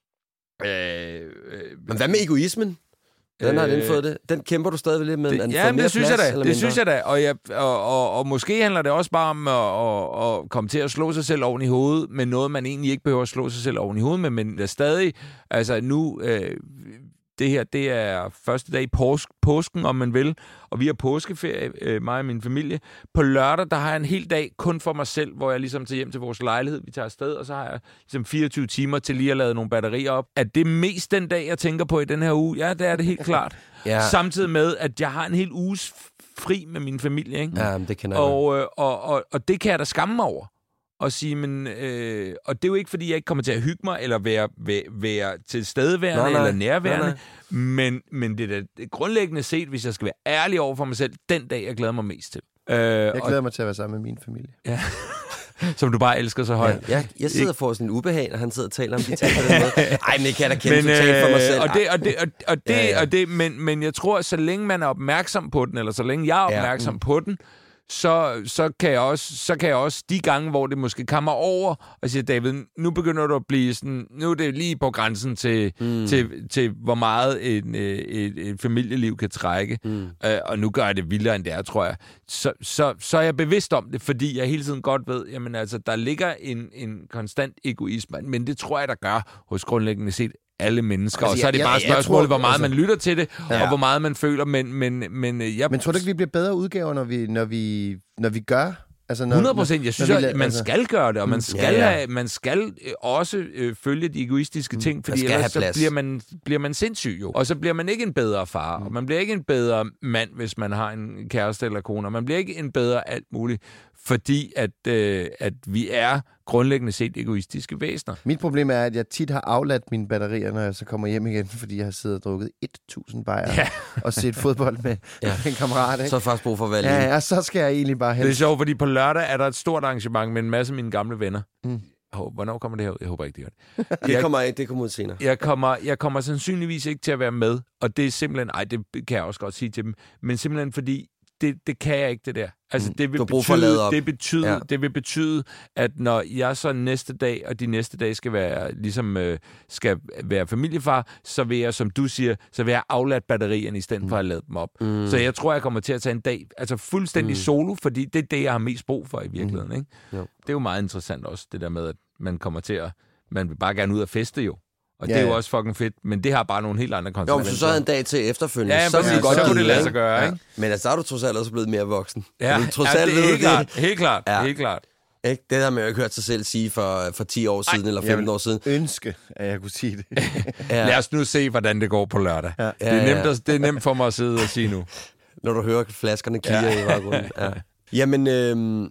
Øh, øh, men hvad med egoismen? Hvordan har den fået det? Den kæmper du stadig lidt med? Det, ja, det synes plads, jeg da. Det mindre? synes jeg da. Og, jeg, og, og, og måske handler det også bare om at, at, at komme til at slå sig selv oven i hovedet med noget, man egentlig ikke behøver at slå sig selv oven i hovedet med, men der stadig, altså nu, øh, det her, det er første dag i påsk, påsken, om man vil, og vi har påskeferie, øh, mig og min familie. På lørdag, der har jeg en hel dag kun for mig selv, hvor jeg ligesom tager hjem til vores lejlighed, vi tager afsted, og så har jeg ligesom fireogtyve timer til lige at lade nogle batterier op. Er det mest den dag, jeg tænker på i den her uge? Ja, det er det helt klart. Ja. Samtidig med, at jeg har en hel uges fri med min familie, ikke? Ja, det kan jeg og, øh, og, og, og det kan jeg da skamme mig over. Og sige, men, øh, og det er jo ikke, fordi jeg ikke kommer til at hygge mig, eller være, være, være tilstedeværende, nej, nej, eller nærværende, nej, nej. Men, men det er da grundlæggende set, hvis jeg skal være ærlig over for mig selv, den dag, jeg glæder mig mest til. Øh, jeg glæder og, mig til at være sammen med min familie. Ja. som du bare elsker så højt. Ja, jeg, jeg sidder og får sådan en ubehag, når han sidder og taler om de ting på den måde. Ej, men det kan jeg da kende men, totalt for mig selv. Og det, og det, og, og det, ja, ja. og det men, men jeg tror, at så længe man er opmærksom på den, eller så længe jeg er opmærksom ja. mm. på den, så, så, kan jeg også, så kan jeg også de gange, hvor det måske kommer over, og siger, David, nu begynder du at blive sådan, nu er det lige på grænsen til, mm. til, til hvor meget en, et, et familieliv kan trække, mm. øh, og nu gør jeg det vildere, end det er, tror jeg. Så, så, så er jeg bevidst om det, fordi jeg hele tiden godt ved, jamen altså, der ligger en, en konstant egoisme, men det tror jeg, der gør hos grundlæggende set alle mennesker, altså, og så er det bare spørgsmålet, hvor meget altså, man lytter til det, ja. og hvor meget man føler, men... Men, men, jeg, men tror du ikke, vi bliver bedre udgaver, når vi, når vi, når vi gør? Altså, når, hundrede procent. Jeg synes, vi, at man altså, skal gøre det, og man skal, ja, ja. Have, man skal også øh, følge de egoistiske ting, fordi ellers så bliver man, bliver man sindssyg jo. Og så bliver man ikke en bedre far, og man bliver ikke en bedre mand, hvis man har en kæreste eller kone, og man bliver ikke en bedre alt muligt, fordi at, øh, at vi er grundlæggende set egoistiske væsener. Mit problem er, at jeg tit har afladt mine batterier, når jeg så kommer hjem igen, fordi jeg har siddet og drukket tusind bajer ja. og set fodbold med ja. en kammerat. Ikke? Så er faktisk brug for valg. Ja, ja, så skal jeg egentlig bare hen. Det er sjovt, fordi på lørdag er der et stort arrangement med en masse af mine gamle venner. Mm. Hvornår kommer det her ud? Jeg håber ikke, det gør det. Det kommer ikke, det kommer ud senere. Jeg kommer, jeg kommer sandsynligvis ikke til at være med, og det er simpelthen, ej, det kan jeg også godt sige til dem, men simpelthen fordi, det, det kan jeg ikke, det der. Altså, det vil, betyde, det, betyde, ja. det vil betyde, at når jeg så næste dag, og de næste dage skal være, ligesom, øh, skal være familiefar, så vil jeg, som du siger, så vil jeg aflade batterierne, i stedet mm. for at lade dem op. Mm. Så jeg tror, jeg kommer til at tage en dag, altså fuldstændig mm. solo, fordi det er det, jeg har mest brug for i virkeligheden. Mm. Ikke? Det er jo meget interessant også, det der med, at man kommer til at, man vil bare gerne ud og feste jo. Og ja, det er jo ja. også fucking fedt, men det har bare nogle helt andre konsekvenser. Jo, men så så havde en dag til efterfølgende, ja, så, ja, godt så kunne det lade sig gøre, ja. ikke? Men altså, så er du trods alt også blevet mere voksen. Ja, du, trods ja alt det er helt det. klart, helt klart, ja. helt klart. Ikke? Det har man jo ikke hørt sig selv sige for, for ti år siden, Ej, eller femten år siden. Ønske, at jeg kunne sige det. ja. Lad os nu se, hvordan det går på lørdag. Ja. Det, er nemt at, det er nemt for mig at sidde og sige nu. Når du hører flaskerne kigge ja. i baggrunden. Ja. Jamen, øhm,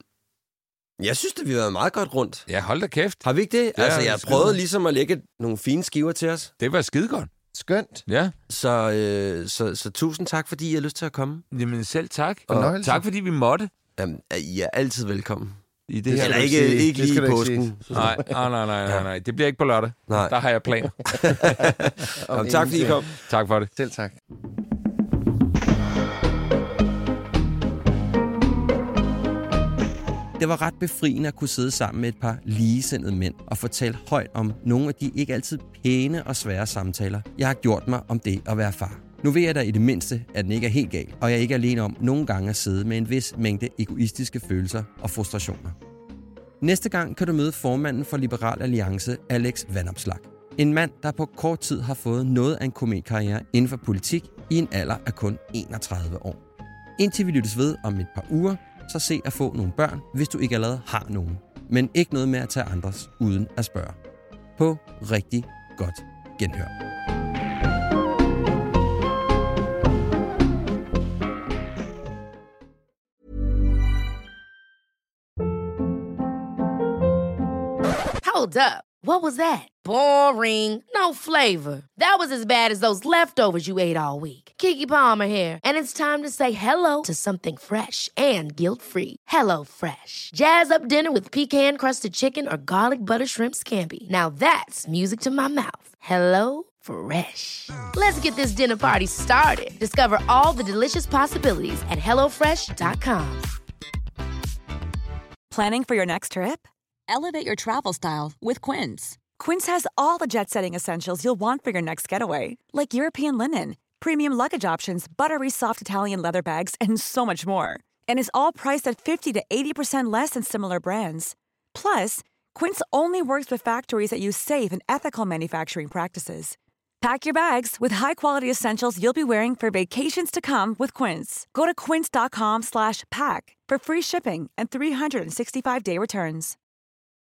jeg synes, det vi har været meget godt rundt. Ja, hold da kæft. Har vi ikke det? Ja, altså, jeg prøvede ligesom at lægge nogle fine skiver til os. Det var skidegodt. Skønt. Ja. Så, øh, så, så tusind tak, fordi I har lyst til at komme. Jamen selv tak. Og tak, fordi vi måtte. Jamen, I er altid velkommen. I det her, eller ikke, ikke, ikke lige i påsken. Nej, nej, nej, nej, nej, nej. Det bliver ikke på lørdag. Nej. Der har jeg planer. Jamen, tak, fordi I kom. Tak for det. Selv tak. Det var ret befriende at kunne sidde sammen med et par ligesindede mænd og fortælle højt om nogle af de ikke altid pæne og svære samtaler, jeg har gjort mig om det at være far. Nu ved jeg da i det mindste, at den ikke er helt gal, og jeg er ikke alene om nogle gange at sidde med en vis mængde egoistiske følelser og frustrationer. Næste gang kan du møde formanden for Liberal Alliance, Alex Vanopslagh. En mand, der på kort tid har fået noget af en kometkarriere inden for politik i en alder af kun enogtredive år. Indtil vi lyttes ved om et par uger, så se at få nogle børn, hvis du ikke allerede har nogen. Men ikke noget med at tage andres uden at spørge. På rigtig godt genhør. Hold up. What was that? Boring. No flavor. That was as bad as those leftovers you ate all week. Keke Palmer here, and it's time to say hello to something fresh and guilt-free. Hello Fresh. Jazz up dinner with pecan-crusted chicken or garlic butter shrimp scampi. Now that's music to my mouth. Hello Fresh. Let's get this dinner party started. Discover all the delicious possibilities at hello fresh dot com. Planning for your next trip? Elevate your travel style with Quince. Quince has all the jet-setting essentials you'll want for your next getaway, like European linen, premium luggage options, buttery soft Italian leather bags, and so much more. And is all priced at fifty to eighty percent less than similar brands. Plus, Quince only works with factories that use safe and ethical manufacturing practices. Pack your bags with high-quality essentials you'll be wearing for vacations to come with Quince. Go to quince dot com slash pack for free shipping and three sixty-five day returns.